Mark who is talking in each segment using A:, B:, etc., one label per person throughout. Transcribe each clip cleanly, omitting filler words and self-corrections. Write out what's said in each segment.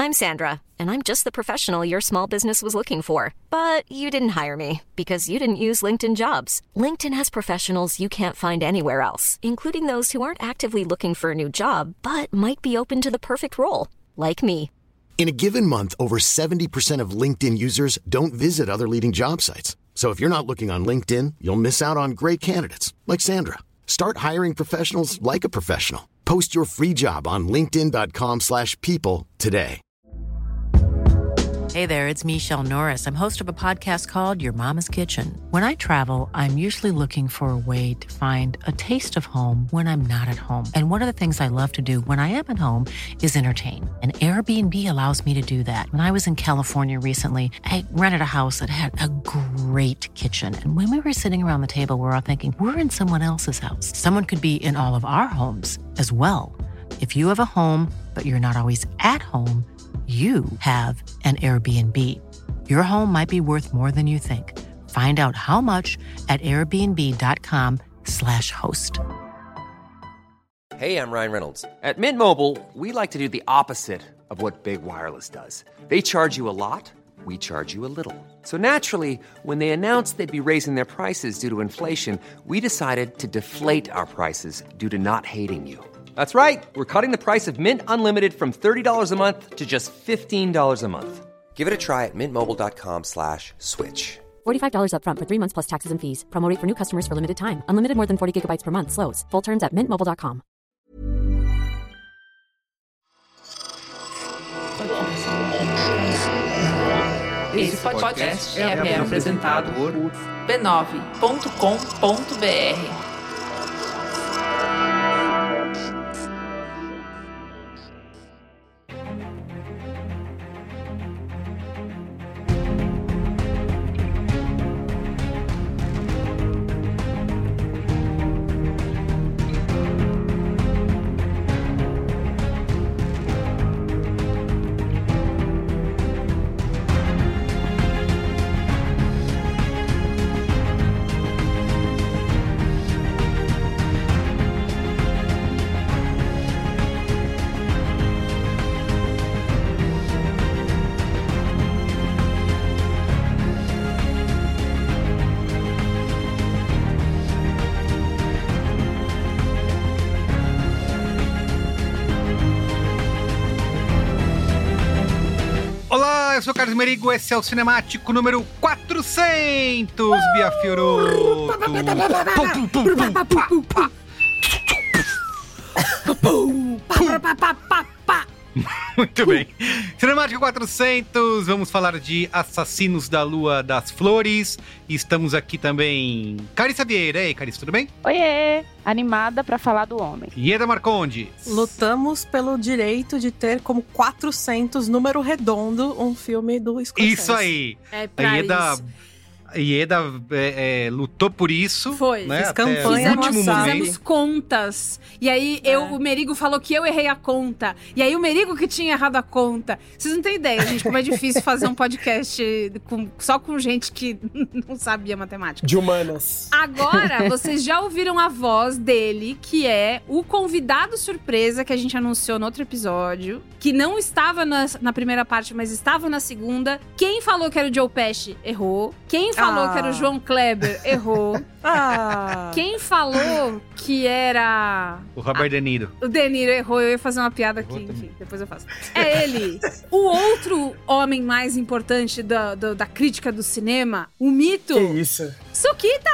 A: I'm Sandra, and I'm just the professional your small business was looking for. But you didn't hire me because you didn't use LinkedIn Jobs. LinkedIn has professionals you can't find anywhere else, including those who aren't actively looking for a new job, but might be open to the perfect role, like me.
B: In a given month, over 70% of LinkedIn users don't visit other leading job sites. So if you're not looking on LinkedIn, you'll miss out on great candidates like Sandra. Start hiring professionals like a professional. Post your free job on linkedin.com/people today.
C: Hey there, it's Michelle Norris. I'm host of a podcast called Your Mama's Kitchen. When I travel, I'm usually looking for a way to find a taste of home when I'm not at home. And one of the things I love to do when I am at home is entertain. And Airbnb allows me to do that. When I was in California recently, I rented a house that had a great kitchen. And when we were sitting around the table, we're all thinking, we're in someone else's house. Someone could be in all of our homes as well. If you have a home, but you're not always at home, you have an Airbnb. Your home might be worth more than you think. Find out how much at airbnb.com/host.
D: Hey, I'm Ryan Reynolds. At Mint Mobile, we like to do the opposite of what Big Wireless does. They charge you a lot, we charge you a little. So naturally, when they announced they'd be raising their prices due to inflation, we decided to deflate our prices due to not hating you. That's right. We're cutting the price of Mint Unlimited from $30 a month to just $15 a month. Give it a try at mintmobile.com/switch.
E: $45 up front for 3 months plus taxes and fees. Promo rate for new customers for limited time. Unlimited more than 40 gigabytes per month. Slows full terms at mintmobile.com.
F: Esse podcast é apresentado por b9.com.br.
G: Olá, eu sou o Carlos Merigo, esse é o Cinemático número 400, Bia Fiorotto. Muito bem. Cinemático 400, vamos falar de Assassinos da Lua das Flores. E estamos aqui também, Carissa Vieira. Ei, Carissa, tudo bem?
H: Oiê, animada pra falar do homem.
G: Ieda Marcondes.
I: Lutamos pelo direito de ter como 400, número redondo, um filme do Scorsese.
G: Isso aí.
H: É pra isso.
G: Ieda lutou por isso.
H: Foi.
G: Né?
I: Fiz
G: Até
I: campanha,
G: o último momento.
H: Fizemos contas. E aí o Merigo falou que eu errei a conta. E aí o Merigo que tinha errado a conta. Vocês não têm ideia, gente, como é difícil fazer um podcast só com gente que não sabia matemática.
J: De humanas.
H: Agora, vocês já ouviram a voz dele, que é o convidado surpresa que a gente anunciou no outro episódio, que não estava na primeira parte, mas estava na segunda. Quem falou que era o Joe Pesci, errou. Quem falou que era o João Kleber, errou. Quem falou que era...
G: O Robert De Niro.
H: O De Niro errou, eu ia fazer uma piada aqui, enfim, depois eu faço. É ele, o outro homem mais importante da crítica do cinema, o mito...
J: Que isso?
H: Suquita!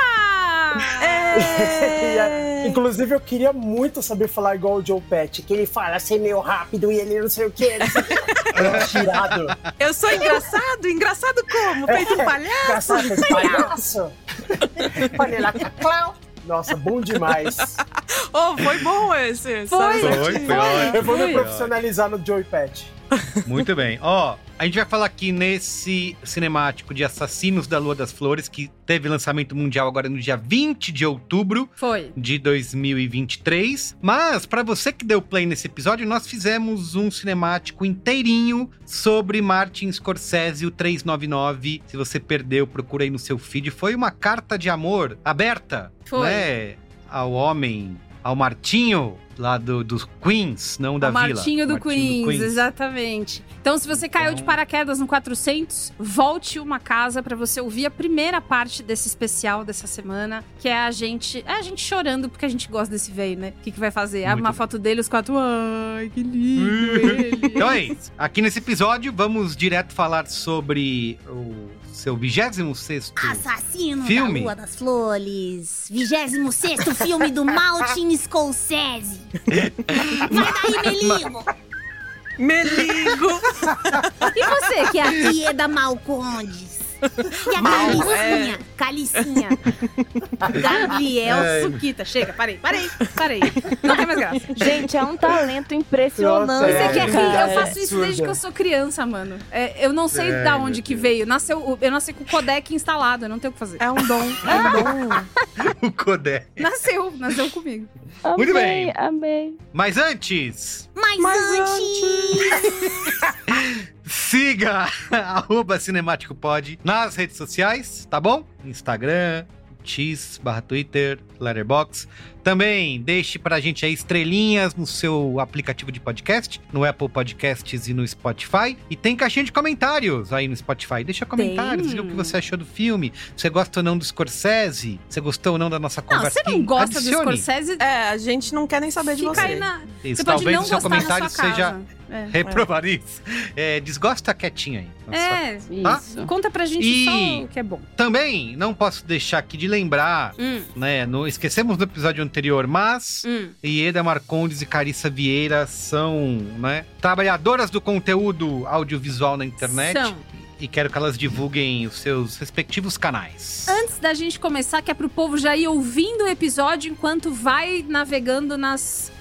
J: Inclusive, eu queria muito saber falar igual o Joe Pesci, que ele fala assim meio rápido e ele não sei o que. É tirado.
I: Eu sou engraçado? Engraçado como? Feito um palhaço?
J: Engraçado, palhaço. Panela caclau. Nossa, bom demais.
I: Foi bom esse.
G: Foi ótimo.
J: Eu vou me profissionalizar no Joe Pesci.
G: Muito bem. A gente vai falar aqui nesse cinemático de Assassinos da Lua das Flores, que teve lançamento mundial agora no dia 20 de outubro de 2023. Mas, pra você que deu play nesse episódio, nós fizemos um cinemático inteirinho sobre Martin Scorsese, o 399. Se você perdeu, procura aí no seu feed. Foi uma carta de amor aberta, né, ao homem, ao Martinho, lá dos Queens, não da Vila.
H: Martinho do Queens, exatamente. Então, se você caiu de paraquedas no 400, volte uma casa pra você ouvir a primeira parte desse especial dessa semana, que é a gente chorando porque a gente gosta desse velho, né? O que vai fazer? Abre uma foto dele, os 4, ai, que lindo ele.
G: Então é isso. Aqui nesse episódio, vamos direto falar sobre o seu 26º
K: Assassino
G: filme.
K: da Lua das Flores. 26º filme do Martin Scorsese. Vai daí, Meligo.
I: Meligo!
K: E você, que é a Ieda Malcondes? E a Calicinha? Gabriel Suquita. Chega, parei. Não tem mais graça.
L: Gente, é um talento impressionante.
H: Você quer rir? Eu faço isso desde que eu sou criança, mano. Eu não sei da onde que veio. Eu nasci com o codec instalado, eu não tenho o que fazer.
I: É um dom.
G: O codec.
H: Nasceu comigo.
L: Amei,
G: muito bem.
L: Amei.
G: Mas antes... Siga @cinemáticopod nas redes sociais, tá bom? Instagram, X/Twitter, Letterboxd. Também deixe pra gente aí estrelinhas no seu aplicativo de podcast, no Apple Podcasts e no Spotify. E tem caixinha de comentários aí no Spotify. Deixa comentários, diga o que você achou do filme. Você gosta ou não do Scorsese? Você gostou ou não da nossa conversa?
H: Não, você não gosta
G: Adicione.
H: do Scorsese?
I: A gente não quer nem saber de você.
G: Isso,
H: você pode
G: talvez
H: não
G: o seu
H: gostar
G: comentário
H: na sua
G: seja
H: casa.
G: reprovar isso. Desgosta quietinha aí.
L: Isso.
H: Conta pra gente só o que é bom.
G: Também, não posso deixar aqui de lembrar, né, esquecemos no episódio anterior, mas Ieda Marcondes e Carissa Vieira são, né, trabalhadoras do conteúdo audiovisual na internet. E quero que elas divulguem os seus respectivos canais.
H: Antes da gente começar, que é pro povo já ir ouvindo o episódio enquanto vai navegando nas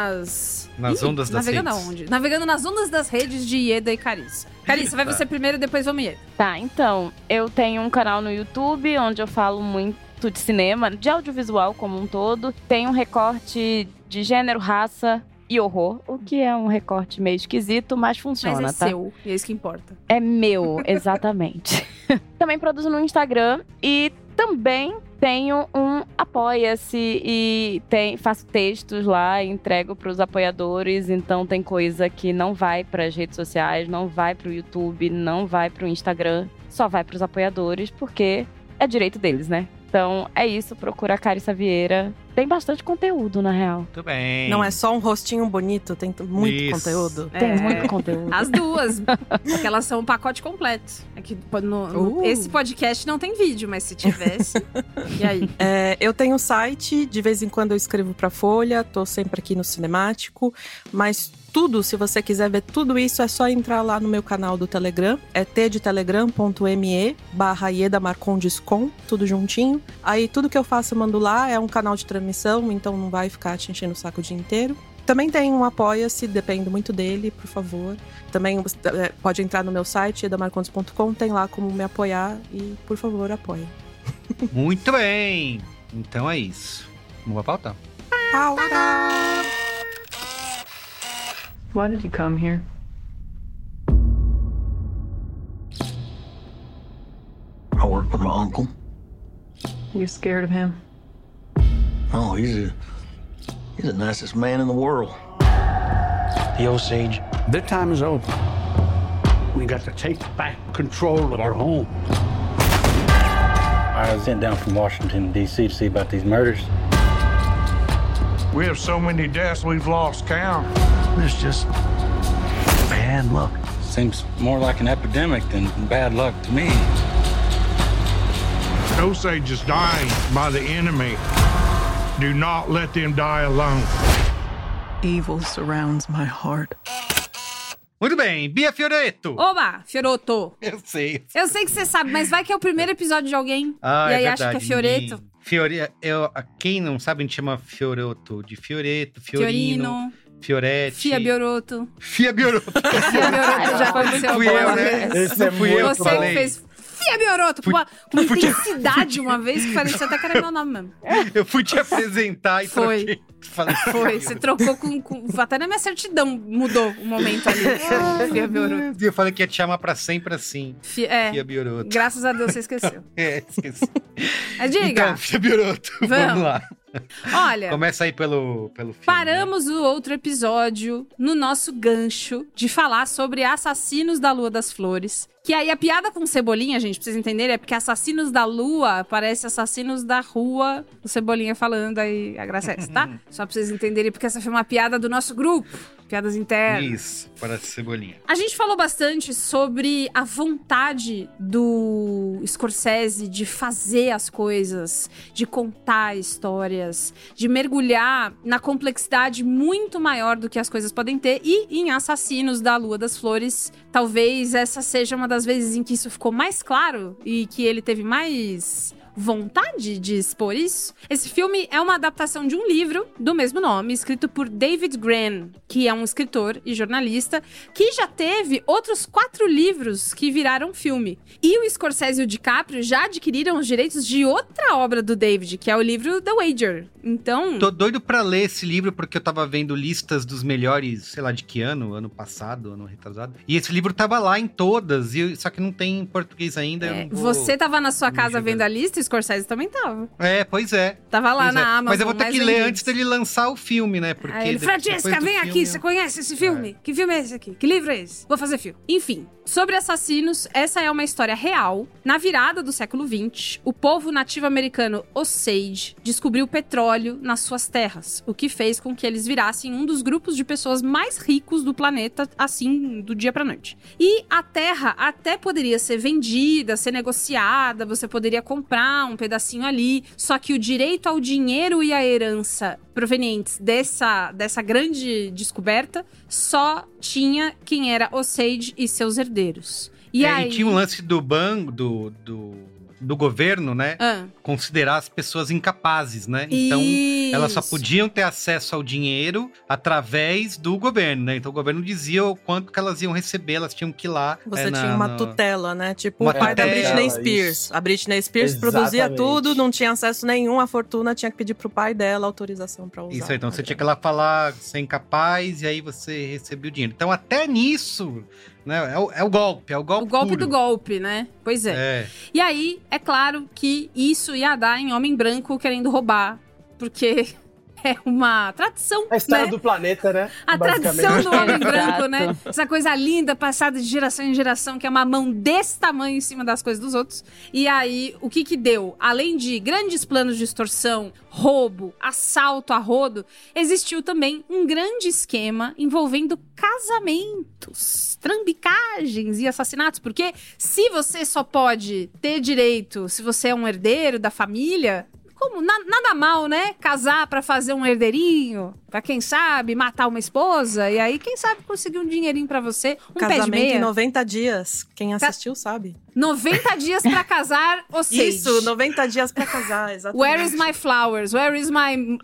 G: ondas das redes.
H: Navegando aonde? Navegando nas ondas das redes de Ieda e Carissa. Carissa, vai você primeiro e depois vamos Ieda.
L: Tá, então, eu tenho um canal no YouTube onde eu falo muito de cinema, de audiovisual como um todo. Tem um recorte de gênero, raça e horror, o que é um recorte meio esquisito, mas funciona,
H: mas
L: tá?
H: Seu, e é isso que importa.
L: É meu, exatamente. Também produzo no Instagram e também tenho um Apoia-se e faço textos lá, entrego pros apoiadores, então tem coisa que não vai pras redes sociais, não vai pro YouTube, não vai pro Instagram, só vai pros apoiadores, porque é direito deles, né? Então, é isso, procura a Carissa Vieira. Tem bastante conteúdo, na real.
G: Muito bem.
I: Não é só um rostinho bonito, tem muito conteúdo.
L: Tem muito conteúdo.
H: As duas, porque elas são um pacote completo. É que esse podcast não tem vídeo, mas se tivesse... E aí?
I: Eu tenho um site, de vez em quando eu escrevo pra Folha, tô sempre aqui no Cinemático, mas tudo, se você quiser ver tudo isso, é só entrar lá no meu canal do Telegram, é t.telegram.me/iedamarcondescom, tudo juntinho. Aí tudo que eu faço eu mando lá, é um canal de transmissão, então não vai ficar te enchendo o saco o dia inteiro. Também tem um Apoia-se, dependo muito dele, por favor. Também pode entrar no meu site, iedamarcondes.com, tem lá como me apoiar e, por favor, apoie.
G: Muito bem! Então é isso. Vamos pra pauta.
F: Why did you come here?
M: I work with my uncle.
F: You scared of him?
M: Oh, he's the nicest man in the world.
N: The Osage, their time is over. We got to take back control of our home. I was sent down from Washington, D.C. to see about these murders.
O: We have so many deaths, we've lost count.
N: There's just bad luck. Seems more like an epidemic than bad luck to me.
O: Osage is dying by the enemy. Do not let them die alone.
F: Evil surrounds my heart.
G: Muito bem, Bia Fioretto.
H: Oba, Fiorotto.
G: Eu sei.
H: Eu sei que você sabe, mas vai que é o primeiro episódio de alguém. E aí acha que é Fioretto.
G: Quem não sabe, a gente chama Fiorotto de Fioretto, Fiorino, Fioretti.
H: Fia Biorotto.
G: Fia Biorotto
H: já aconteceu.
G: Fui eu, né?
J: Esse é
G: fui eu que
H: Você
G: falei.
H: que fez Fia Biorotto com uma intensidade uma vez que parecia até que era meu nome mesmo.
G: Eu fui te apresentar e troquei.
H: Foi, você trocou com... Até na minha certidão mudou o momento ali. Fia Biorotto.
G: Eu falei que ia te chamar pra sempre assim. Fia Biorotto.
H: Graças a Deus você esqueceu.
G: Esqueci.
H: Mas diga.
G: Então, Fia Biorotto, vamos lá.
H: Olha,
G: começa aí pelo filme.
H: Paramos o outro episódio no nosso gancho de falar sobre Assassinos da Lua das Flores. Que aí a piada com Cebolinha, gente, pra vocês entenderem, é porque Assassinos da Lua parece Assassinos da Rua. O Cebolinha falando aí, a graça é essa, tá? Só pra vocês entenderem, porque essa foi uma piada do nosso grupo. Piadas internas.
G: Isso, parece Cebolinha.
H: A gente falou bastante sobre a vontade do Scorsese de fazer as coisas, de contar histórias, de mergulhar na complexidade muito maior do que as coisas podem ter. E em Assassinos da Lua das Flores, talvez essa seja uma das vezes em que isso ficou mais claro e que ele teve mais vontade de expor isso. Esse filme é uma adaptação de um livro do mesmo nome, escrito por David Grann, que é um escritor e jornalista, que já teve outros 4 livros que viraram filme. E o Scorsese e o DiCaprio já adquiriram os direitos de outra obra do David, que é o livro The Wager. Então...
G: Tô doido pra ler esse livro, porque eu tava vendo listas dos melhores, sei lá, de que ano? Ano passado, ano retrasado. E esse livro tava lá em todas, só que não tem em português ainda.
H: Você tava na sua casa vendo a lista, o Scorsese também tava.
G: Pois é.
H: Tava lá na Amazon.
G: Mas eu vou ter que ler antes dele lançar o filme, né? Porque
H: ele, Francesca, vem aqui, você conhece esse filme? Que filme é esse aqui? Que livro é esse? Vou fazer filme. Enfim, sobre Assassinos, essa é uma história real. Na virada do século XX, o povo nativo americano Osage descobriu petróleo nas suas terras, o que fez com que eles virassem um dos grupos de pessoas mais ricos do planeta, assim, do dia pra noite. E a terra até poderia ser vendida, ser negociada, você poderia comprar um pedacinho ali, só que o direito ao dinheiro e à herança provenientes dessa grande descoberta só tinha quem era Osage e seus herdeiros. E aí...
G: E tinha um lance do banco, do governo, né? Considerar as pessoas incapazes, né? Então, elas só podiam ter acesso ao dinheiro através do governo, né? Então, o governo dizia o quanto que elas iam receber, elas tinham que ir lá.
I: Você tinha uma tutela, né? Tipo o pai da Britney Spears. Isso. A Britney Spears produzia tudo, não tinha acesso nenhum à fortuna, tinha que pedir pro pai dela autorização pra usar.
G: Isso aí, então você tinha que ir lá falar ser incapaz e aí você recebia o dinheiro. Então, até nisso... É o golpe, O golpe
H: puro. Do golpe, né? Pois é. E aí, é claro que isso ia dar em homem branco querendo roubar, porque é uma tradição,
J: a história do planeta, né?
H: A tradição do homem branco, né? Essa coisa linda, passada de geração em geração, que é uma mão desse tamanho em cima das coisas dos outros. E aí, o que deu? Além de grandes planos de extorsão, roubo, assalto a rodo, existiu também um grande esquema envolvendo casamentos, trambicagens e assassinatos. Porque se você só pode ter direito, se você é um herdeiro da família... Como? Nada mal, né? Casar pra fazer um herdeirinho, pra quem sabe, matar uma esposa, e aí quem sabe conseguir um dinheirinho pra você, um
I: casamento
H: pé de meia.
I: Em 90 dias, quem assistiu sabe.
H: 90 dias pra casar, ou seja...
I: Isso, 90 dias pra casar, exatamente.
H: Where is my flowers? Where is my...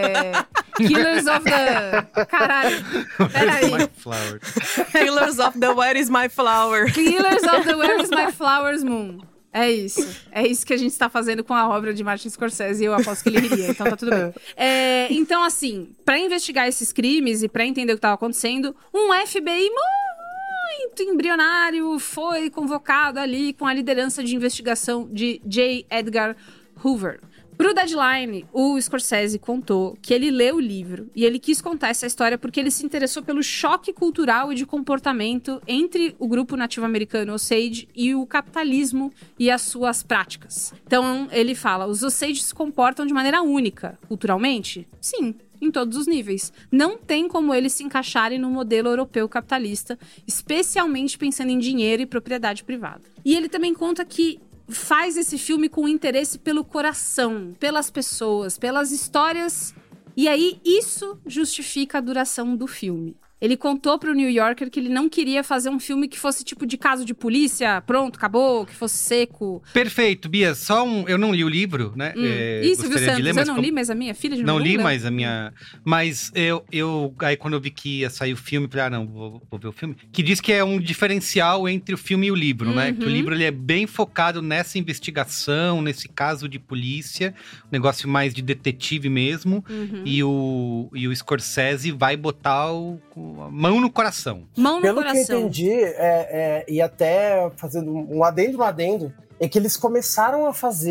H: Killers of the... Caralho, peraí.
I: Killers of the Where is my flower?
H: Killers of the Where is my flowers moon. É isso que a gente está fazendo com a obra de Martin Scorsese, e eu aposto que ele riria, então tá tudo bem. Então, assim, para investigar esses crimes e para entender o que estava acontecendo, um FBI muito embrionário foi convocado ali com a liderança de investigação de J. Edgar Hoover. Pro Deadline, o Scorsese contou que ele leu o livro e ele quis contar essa história porque ele se interessou pelo choque cultural e de comportamento entre o grupo nativo-americano Osage e o capitalismo e as suas práticas. Então, ele fala, os Osage se comportam de maneira única, culturalmente? Sim, em todos os níveis. Não tem como eles se encaixarem no modelo europeu capitalista, especialmente pensando em dinheiro e propriedade privada. E ele também conta que faz esse filme com interesse pelo coração, pelas pessoas, pelas histórias. E aí, isso justifica a duração do filme. Ele contou pro New Yorker que ele não queria fazer um filme que fosse tipo de caso de polícia, pronto, acabou, que fosse seco.
G: Perfeito, Bia. Eu não li o livro, né?
H: Isso, viu, Santos? Eu não li, mas a minha filha de novo.
G: Não li, mas a minha... Mas aí quando eu vi que ia sair o filme, falei, vou ver o filme. Que diz que é um diferencial entre o filme e o livro, né? Que o livro ele é bem focado nessa investigação, nesse caso de polícia. Um negócio mais de detetive mesmo. E o Scorsese vai botar a mão no coração.
J: Pelo que eu entendi, e até fazendo um adendo, é que eles começaram a fazer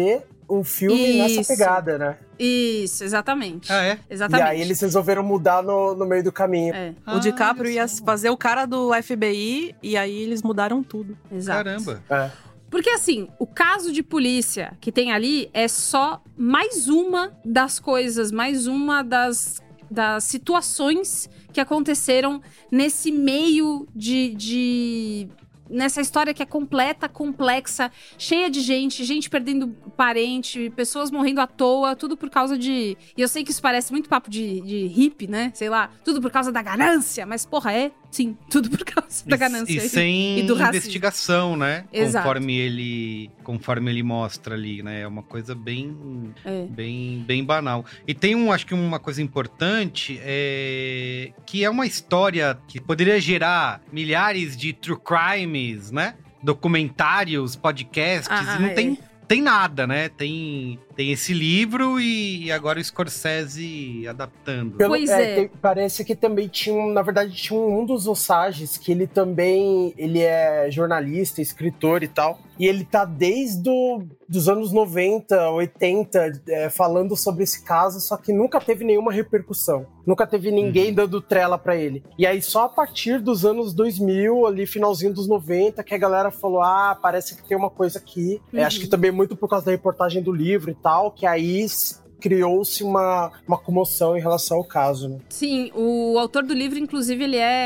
J: o filme nessa pegada, né?
H: Isso, exatamente.
G: Ah, é?
H: Exatamente.
J: E aí eles resolveram mudar no meio do caminho.
I: O DiCaprio ia fazer o cara do FBI e aí eles mudaram tudo.
H: Exato.
G: Caramba.
H: Porque assim, o caso de polícia que tem ali é só mais uma das coisas, mais uma das situações que aconteceram nesse meio nessa história que é completa, complexa, cheia de gente perdendo parente, pessoas morrendo à toa, tudo por causa de... E eu sei que isso parece muito papo de hippie, né? Sei lá, tudo por causa da ganância, mas porra, sim, tudo por causa da ganância.
G: E sem
H: e do racismo.
G: investigação, né?
H: Exato.
G: Conforme ele mostra ali, né? É uma coisa bem banal. E tem acho que uma coisa importante, que é uma história que poderia gerar milhares de true crimes, né? Documentários, podcasts, e não tem nada, né? Tem esse livro e agora o Scorsese adaptando.
J: Parece que também na verdade tinha um dos Osages que ele é jornalista, escritor e tal. E ele tá desde dos anos 90, 80, falando sobre esse caso, só que nunca teve nenhuma repercussão. Nunca teve ninguém dando trela pra ele. E aí só a partir dos anos 2000, ali finalzinho dos 90, que a galera falou, parece que tem uma coisa aqui. Acho que também muito por causa da reportagem do livro e tal, que aí criou-se uma comoção em relação ao caso, né?
H: Sim, o autor do livro, inclusive,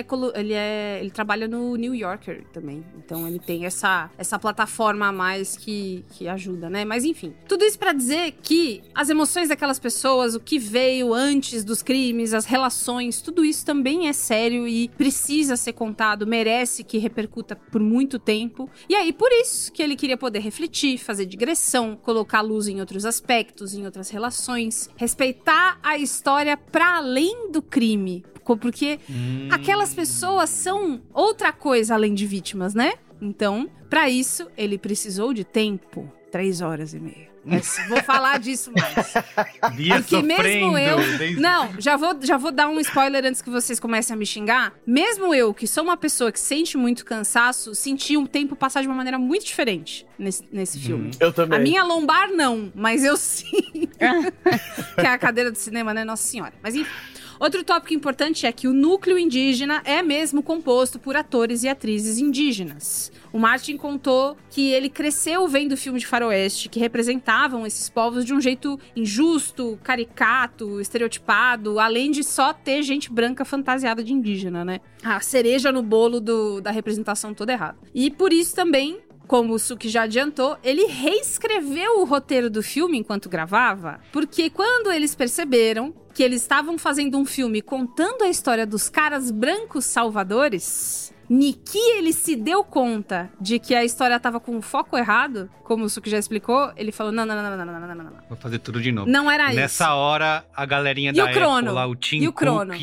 H: ele trabalha no New Yorker também. Então ele tem essa plataforma a mais que ajuda, né? Mas enfim, tudo isso pra dizer que as emoções daquelas pessoas, o que veio antes dos crimes, as relações, tudo isso também é sério e precisa ser contado, merece que repercuta por muito tempo. E aí, por isso que ele queria poder refletir, fazer digressão, colocar luz em outros aspectos, em outras relações, respeitar a história para além do crime, porque aquelas pessoas são outra coisa além de vítimas, né? Então, para isso, ele precisou de tempo, 3 horas e meia. Vou falar disso mais.
G: Porque mesmo eu...
H: Não, já vou dar um spoiler antes que vocês comecem a me xingar. Mesmo eu, que sou uma pessoa que sente muito cansaço, senti um tempo passar de uma maneira muito diferente nesse filme.
J: Eu também.
H: A minha lombar não, mas eu sim. Que é a cadeira do cinema, né? Nossa Senhora. Mas enfim. Outro tópico importante é que o núcleo indígena é mesmo composto por atores e atrizes indígenas. O Martin contou que ele cresceu vendo filmes de faroeste que representavam esses povos de um jeito injusto, caricato, estereotipado, além de só ter gente branca fantasiada de indígena, né? A cereja no bolo da representação toda errada. E por isso também, como o Suki já adiantou, ele reescreveu o roteiro do filme enquanto gravava, porque quando eles perceberam que eles estavam fazendo um filme contando a história dos caras brancos salvadores, Niki, ele se deu conta de que a história tava com o foco errado, como o Suki já explicou, ele falou, não.
G: Vou fazer tudo de novo.
H: Não era isso.
G: Nessa hora, a galerinha da Apple lá, o Tim Cook...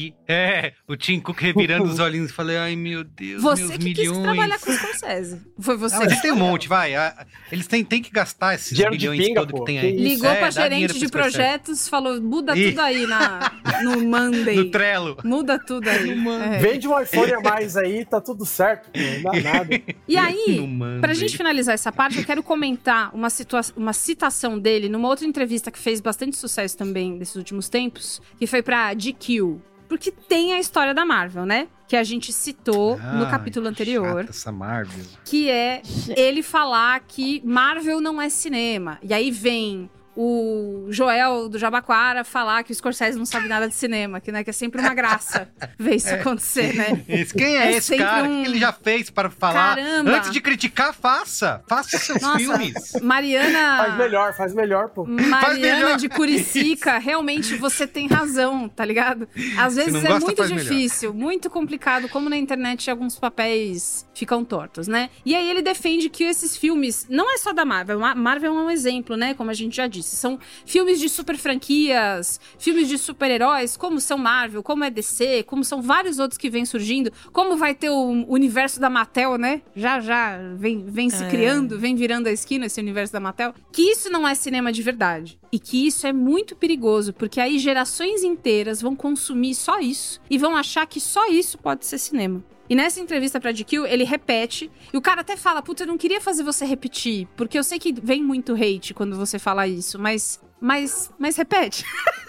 G: o Tim Cook revirando os olhinhos e falei, ai meu Deus,
H: você
G: meus
H: que
G: milhões.
H: Quis trabalhar com o Scorsese. Foi você.
G: Eles têm um monte, vai. Eles têm que gastar esses milhões todos que tem aí.
H: Ligou pra gerente de projetos, falou, muda tudo aí no Monday.
G: No Trello.
H: Muda tudo aí.
J: Vende um iPhone a mais aí, tá tudo certo, não dá nada.
H: E aí, pra gente finalizar essa parte, eu quero comentar uma citação dele numa outra entrevista que fez bastante sucesso também nesses últimos tempos, que foi pra GQ. Porque tem a história da Marvel, né? Que a gente citou no capítulo anterior.
G: Chata essa Marvel.
H: Que é ele falar que Marvel não é cinema. E aí vem o Joel do Jabaquara falar que o Scorsese não sabe nada de cinema, que é sempre uma graça ver isso acontecer, né?
G: Quem é esse cara? O que ele já fez para falar?
H: Caramba.
G: Antes de criticar, faça seus filmes.
H: Mariana...
J: Faz melhor, pô.
H: Mariana de Curicica, realmente você tem razão, tá ligado? Às vezes é muito difícil, muito complicado, como na internet alguns papéis ficam tortos, né? E aí ele defende que esses filmes, não é só da Marvel, Marvel é um exemplo, né? Como a gente já disse. São filmes de super franquias, filmes de super-heróis, como são Marvel, como é DC, como são vários outros que vêm surgindo, como vai ter o universo da Mattel, né? Já vem se criando, vem virando a esquina esse universo da Mattel. Que isso não é cinema de verdade. E que isso é muito perigoso, porque aí gerações inteiras vão consumir só isso e vão achar que só isso pode ser cinema. E nessa entrevista pra GQ, ele repete. E o cara até fala, puta, eu não queria fazer você repetir. Porque eu sei que vem muito hate quando você fala isso. Mas repete.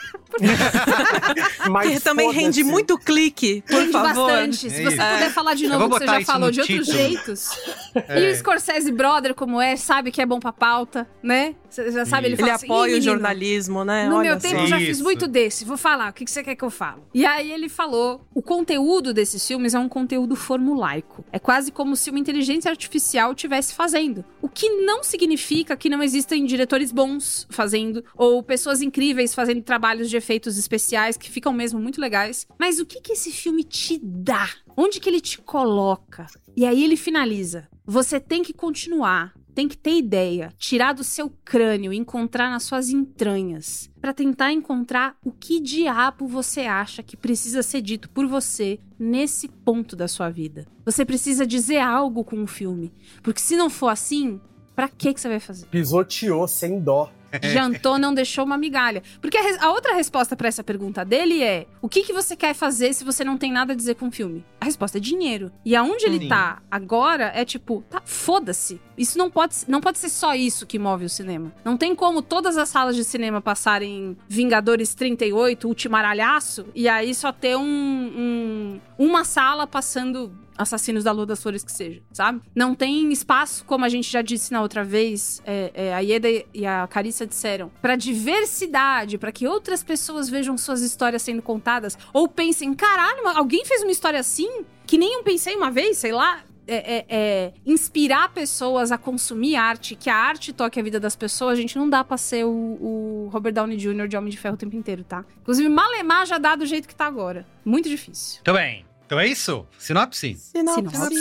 I: Porque também rende muito clique, por
H: rende
I: favor.
H: Bastante. Se você puder falar de novo o que você já falou de outros jeitos. E o Scorsese Brother, como sabe que é bom pra pauta, né? Você já sabe, ele fala assim,
I: apoia o jornalismo, né?
H: No meu tempo eu já fiz muito desse. Vou falar, o que você quer que eu fale? E aí ele falou, o conteúdo desses filmes é um conteúdo formulaico. É quase como se uma inteligência artificial estivesse fazendo. O que não significa que não existem diretores bons fazendo, ou pessoas incríveis fazendo trabalhos de efeitos especiais que ficam mesmo muito legais. Mas o que esse filme te dá? Onde que ele te coloca? E aí ele finaliza. Você tem que continuar, tem que ter ideia, tirar do seu crânio, encontrar nas suas entranhas, pra tentar encontrar o que diabo você acha que precisa ser dito por você nesse ponto da sua vida. Você precisa dizer algo com o filme, porque se não for assim, pra que você vai fazer?
J: Pisoteou sem dó.
H: Jantou, não deixou uma migalha. Porque a outra resposta pra essa pergunta dele é: o que você quer fazer se você não tem nada a dizer com o filme? A resposta é dinheiro. E aonde ele tá agora é tipo, tá, foda-se. Isso não pode ser só isso que move o cinema. Não tem como todas as salas de cinema passarem Vingadores 38, Ultimaralhaço, e aí só ter uma sala passando Assassinos da Lua das Flores que seja, sabe? Não tem espaço, como a gente já disse na outra vez, a Ieda e a Carissa disseram, pra diversidade, pra que outras pessoas vejam suas histórias sendo contadas, ou pensem, caralho, alguém fez uma história assim? Que nem eu pensei uma vez, sei lá. Inspirar pessoas a consumir arte, que a arte toque a vida das pessoas, a gente não dá pra ser o Robert Downey Jr. de Homem de Ferro o tempo inteiro, tá? Inclusive, Malemar já dá do jeito que tá agora. Muito difícil.
G: Muito bem. Então é isso? Sinopse?
H: Sinopse.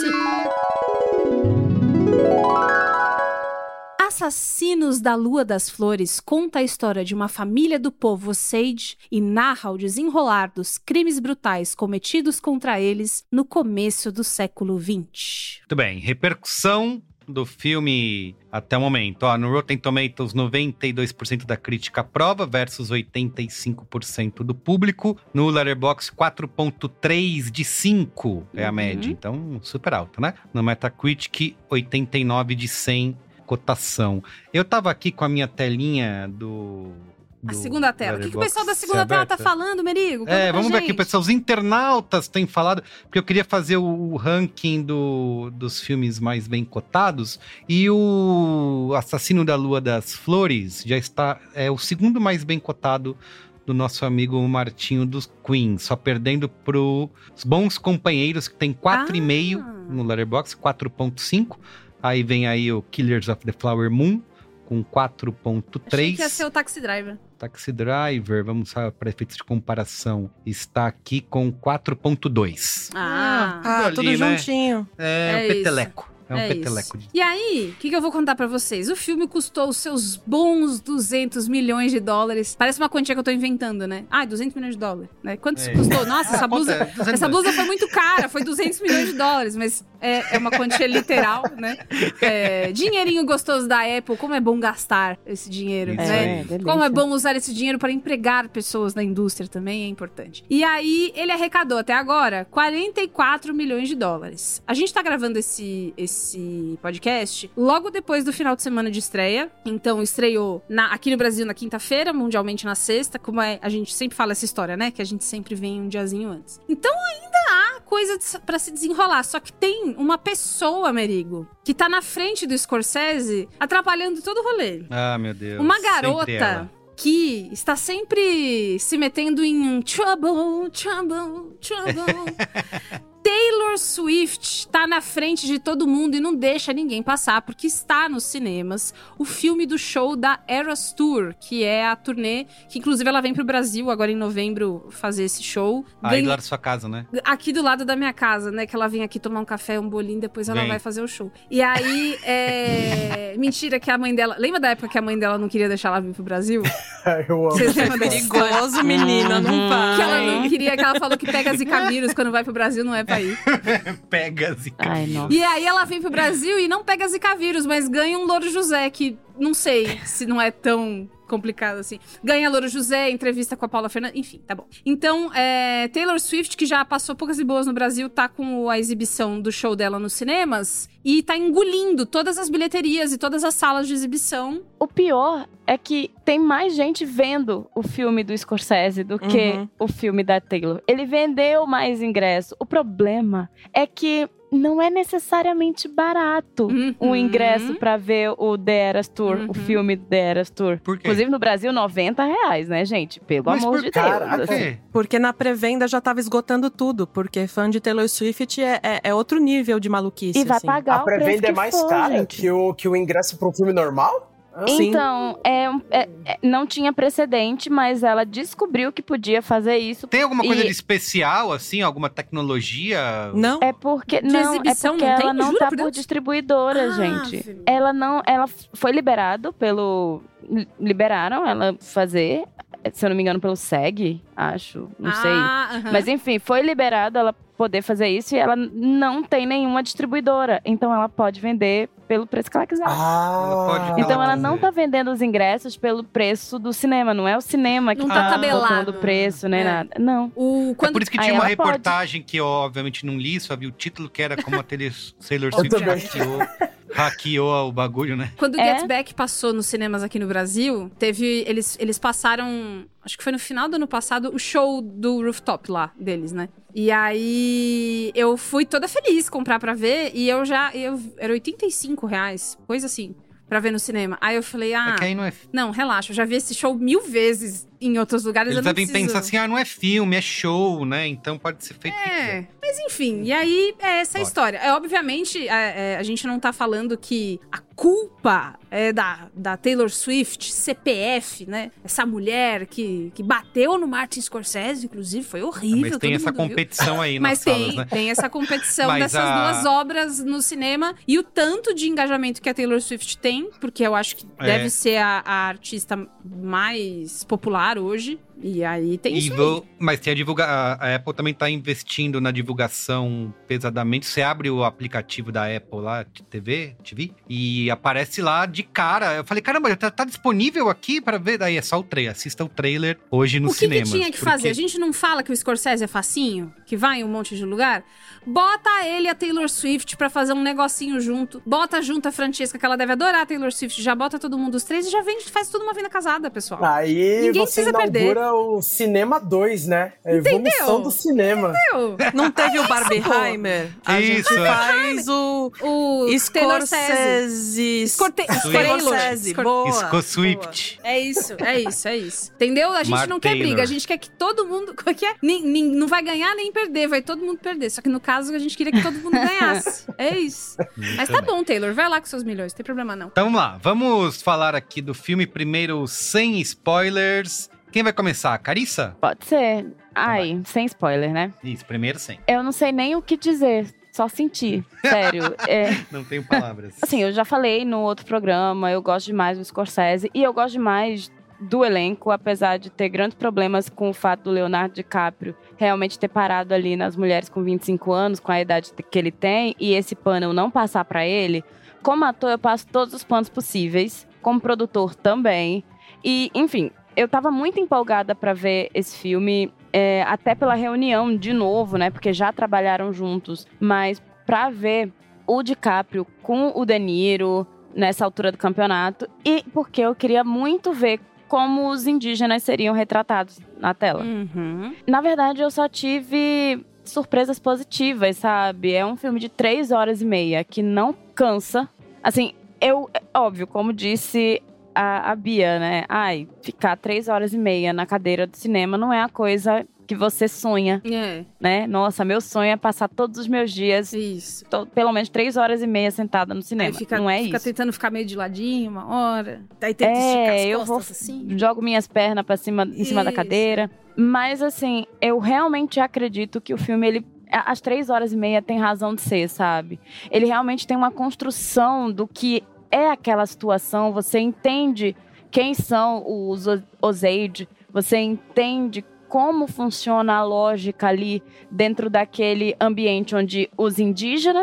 H: Assassinos da Lua das Flores conta a história de uma família do povo Osage e narra o desenrolar dos crimes brutais cometidos contra eles no começo do século XX.
G: Muito bem. Repercussão do filme até o momento. No Rotten Tomatoes, 92% da crítica aprova versus 85% do público. No Letterboxd, 4.3 de 5 é a média. Então, super alta, né? No Metacritic, 89 de 100 cotação. Eu tava aqui com a minha telinha
H: a segunda tela. O que o pessoal da segunda tela tá falando, Merigo?
G: Vamos ver aqui, pessoal. Os internautas têm falado, porque eu queria fazer o ranking dos filmes mais bem cotados, e o Assassino da Lua das Flores já está, o segundo mais bem cotado do nosso amigo Martinho dos Queen, só perdendo pros Bons Companheiros, que tem 4,5 no Letterboxd, 4.5. Aí vem aí o Killers of the Flower Moon, com 4.3.
H: Achei que ia ser o Taxi Driver.
G: Taxi Driver, vamos para efeitos de comparação, está aqui com 4.2.
I: Tudo juntinho.
G: É um peteleco. É um peteleco.
H: E aí, o que eu vou contar pra vocês? O filme custou os seus bons 200 milhões de dólares. Parece uma quantia que eu tô inventando, né? 200 milhões de dólares. Né? Quanto isso custou? Nossa, essa blusa foi muito cara. Foi 200 milhões de dólares. Mas é uma quantia literal, né? Dinheirinho gostoso da Apple. Como é bom gastar esse dinheiro, né? Como é bom usar esse dinheiro para empregar pessoas na indústria também, é importante. E aí, ele arrecadou até agora 44 milhões de dólares. A gente tá gravando esse podcast logo depois do final de semana de estreia. Então, estreou aqui no Brasil na quinta-feira, mundialmente na sexta, como a gente sempre fala essa história, né? Que a gente sempre vem um diazinho antes. Então, ainda há coisa pra se desenrolar. Só que tem uma pessoa, Merigo, que tá na frente do Scorsese, atrapalhando todo o rolê.
G: Meu Deus.
H: Uma garota que está sempre se metendo em trouble. Taylor Swift tá na frente de todo mundo e não deixa ninguém passar, porque está nos cinemas o filme do show da Eras Tour, que é a turnê que, inclusive, ela vem pro Brasil agora em novembro fazer esse show.
G: Aí do lado da sua casa, né?
H: Aqui do lado da minha casa, né? Que ela vem aqui tomar um café, um bolinho, depois ela vai fazer o show. E aí, mentira que a mãe dela... Lembra da época que a mãe dela não queria deixar ela vir pro Brasil?
J: Eu amo.
H: Vocês lembram desse
I: perigoso, menina, não vai.
H: Que ela não queria, que ela falou que pega zika vírus quando vai pro Brasil, não é pra ir.
G: Pega zika vírus.
H: E aí ela vem pro Brasil e não pega zika vírus, mas ganha um Louro José, que não sei se não é tão complicado, assim. Ganha Louro José, entrevista com a Paula Fernandes, enfim, tá bom. Então, Taylor Swift, que já passou poucas e boas no Brasil, tá com a exibição do show dela nos cinemas e tá engolindo todas as bilheterias e todas as salas de exibição.
L: O pior é que tem mais gente vendo o filme do Scorsese do que o filme da Taylor. Ele vendeu mais ingresso. O problema é que não é necessariamente barato o ingresso pra ver o The Eras Tour, o filme The Eras Tour.
G: Por quê?
L: Inclusive no Brasil, R$90, né, gente? Pelo amor de Deus. Assim.
I: Porque na pré-venda já tava esgotando tudo, porque fã de Taylor Swift é outro nível de maluquice.
L: E vai pagar
J: a pré-venda é mais cara que o ingresso para um filme normal?
L: Então, não tinha precedente, mas ela descobriu que podia fazer isso.
G: Tem alguma coisa de especial, assim? Alguma tecnologia?
I: Não.
L: É porque ela não tá por distribuidora, gente. Ela foi liberaram ela fazer, se eu não me engano, pelo SEG, acho, não sei. Mas enfim, foi liberado ela poder fazer isso e ela não tem nenhuma distribuidora. Então ela pode vender pelo preço que ela quiser. Então ela não tá vendendo os ingressos pelo preço do cinema. Não é o cinema que tá tabelando o preço, nem nada. Não.
G: É por isso que tinha uma reportagem que eu, obviamente, não li, só vi o título, que era como a Taylor Swift hackeou o bagulho, né?
H: Quando o Get Back passou nos cinemas aqui no Brasil, eles passaram, acho que foi no final do ano passado, o show do Rooftop lá, deles, né? E aí, eu fui toda feliz comprar pra ver, e era R$85, coisa assim, pra ver no cinema. Aí eu falei,
G: que aí não é...
H: Não, relaxa, eu já vi esse show 1000 vezes em outros lugares.
G: Eles devem pensar assim, não é filme, é show, né? Então pode ser feito.
H: Mas enfim, e aí é essa a história. Obviamente, a gente não tá falando que a culpa é da Taylor Swift, CPF, né? Essa mulher que bateu no Martin Scorsese, inclusive, foi horrível.
G: Mas tem essa competição aí nas salas, né?
H: Tem essa competição dessas duas obras no cinema. E o tanto de engajamento que a Taylor Swift tem, porque eu acho que deve ser a artista mais popular hoje. E aí tem isso aí.
G: Mas tem a Apple também tá investindo na divulgação pesadamente. Você abre o aplicativo da Apple lá, de TV, e aparece lá de cara. Eu falei, caramba, tá disponível aqui pra ver? Daí é só o trailer, assista o trailer hoje no cinema.
H: O que tinha que fazer? A gente não fala que o Scorsese é facinho? Que vai em um monte de lugar? Bota ele e a Taylor Swift pra fazer um negocinho junto. Bota junto a Francesca, que ela deve adorar a Taylor Swift. Já bota todo mundo os três e já faz tudo uma vida casada, pessoal.
J: Aí
H: ninguém
J: você
H: precisa perder.
J: O Cinema 2, né? A evolução do cinema.
H: Entendeu?
I: Não teve o Barbenheimer? A gente faz o Scorsese.
G: Scorsese. Boa. Swift.
H: É isso. Entendeu? A gente não quer briga, a gente quer que todo mundo... Não vai ganhar nem perder, vai todo mundo perder. Só que no caso, a gente queria que todo mundo ganhasse. É isso. Mas tá bom, Taylor, vai lá com seus milhões, não tem problema não.
G: Então vamos lá, vamos falar aqui do filme primeiro sem spoilers. Quem vai começar? Carissa?
L: Pode ser. Sem spoiler, né?
G: Isso, primeiro sem.
L: Eu não sei nem o que dizer, só sentir. Sério.
G: Não tenho palavras.
L: Assim, eu já falei no outro programa, eu gosto demais do Scorsese e eu gosto demais do elenco, apesar de ter grandes problemas com o fato do Leonardo DiCaprio realmente ter parado ali nas mulheres com 25 anos, com a idade que ele tem, e esse pano não passar pra ele. Como ator, eu passo todos os panos possíveis, como produtor também. E, enfim, eu tava muito empolgada pra ver esse filme, até pela reunião de novo, né? Porque já trabalharam juntos. Mas pra ver o DiCaprio com o De Niro nessa altura do campeonato. E porque eu queria muito ver como os indígenas seriam retratados na tela. Na verdade, eu só tive surpresas positivas, sabe? É um filme de 3h30 que não cansa. Assim, óbvio, como disse a Bia, né? Ficar 3h30 na cadeira do cinema não é a coisa que você sonha, né? Nossa, meu sonho é passar todos os meus dias, pelo menos 3h30 sentada no cinema. Não é isso.
H: Fica tentando ficar meio de ladinho uma hora, daí tenta esticar as costas, assim.
L: Jogo minhas pernas em cima da cadeira. Mas, assim, eu realmente acredito que o filme, às 3h30 tem razão de ser, sabe? Ele realmente tem uma construção do que é aquela situação, você entende quem são os Osage, você entende como funciona a lógica ali dentro daquele ambiente onde os indígenas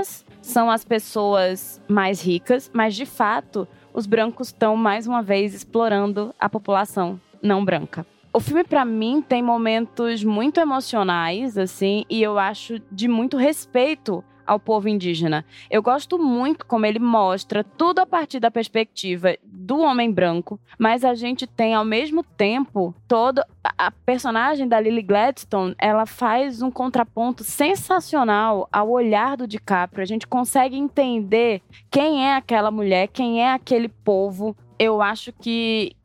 L: são as pessoas mais ricas, mas de fato, os brancos estão mais uma vez explorando a população não branca. O filme, pra mim, tem momentos muito emocionais, assim, e eu acho de muito respeito ao povo indígena. Eu gosto muito como ele mostra tudo a partir da perspectiva do homem branco, mas a gente tem, ao mesmo tempo, a personagem da Lily Gladstone, ela faz um contraponto sensacional ao olhar do DiCaprio. A gente consegue entender quem é aquela mulher, quem é aquele povo. Eu acho que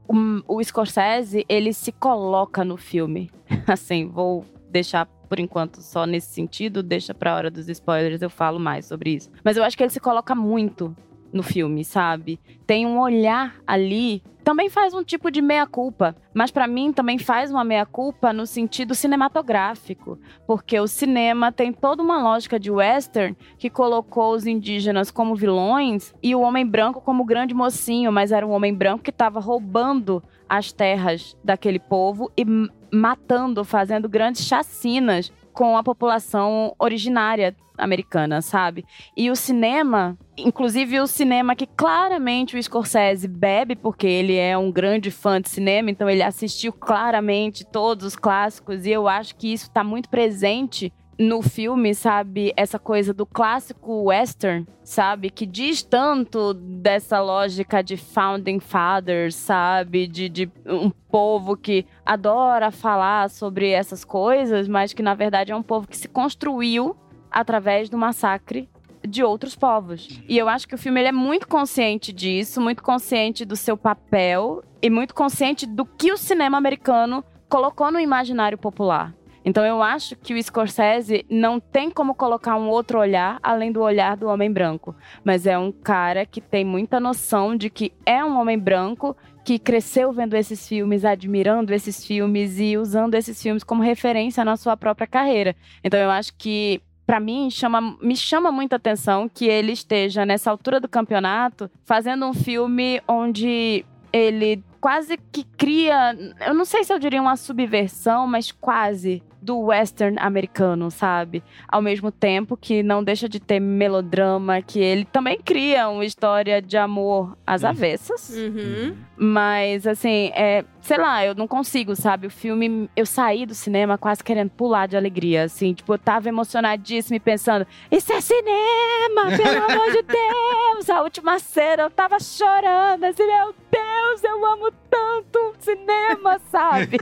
L: o Scorsese, ele se coloca no filme. Assim, vou deixar por enquanto só nesse sentido, deixa pra hora dos spoilers, eu falo mais sobre isso. Mas eu acho que ele se coloca muito no filme, sabe? Tem um olhar ali, também faz um tipo de meia-culpa, mas pra mim também faz uma meia-culpa no sentido cinematográfico, porque o cinema tem toda uma lógica de western que colocou os indígenas como vilões e o homem branco como grande mocinho, mas era um homem branco que estava roubando as terras daquele povo e matando, fazendo grandes chacinas com a população originária americana, sabe? E o cinema, inclusive o cinema que claramente o Scorsese bebe, porque ele é um grande fã de cinema, então ele assistiu claramente todos os clássicos, e eu acho que isso tá muito presente no filme, sabe? Essa coisa do clássico western, sabe? Que diz tanto dessa lógica de founding fathers, sabe? De um povo que adora falar sobre essas coisas, mas que na verdade é um povo que se construiu através do massacre de outros povos. E eu acho que o filme ele é muito consciente disso, muito consciente do seu papel e muito consciente do que o cinema americano colocou no imaginário popular. Então eu acho que o Scorsese não tem como colocar um outro olhar além do olhar do homem branco. Mas é um cara que tem muita noção de que é um homem branco que cresceu vendo esses filmes, admirando esses filmes e usando esses filmes como referência na sua própria carreira. Então eu acho que, pra mim, me chama muita atenção que ele esteja, nessa altura do campeonato, fazendo um filme onde ele quase que cria, eu não sei se eu diria uma subversão, mas quase, do western americano, sabe? Ao mesmo tempo que não deixa de ter melodrama, que ele também cria uma história de amor às avessas.
H: Uhum.
L: Mas, assim, sei lá, eu não consigo, sabe? O filme, eu saí do cinema quase querendo pular de alegria, assim. Tipo, eu tava emocionadíssima e pensando, isso é cinema, pelo amor de Deus! A última cena, eu tava chorando, assim, meu Deus, eu amo tanto cinema, sabe?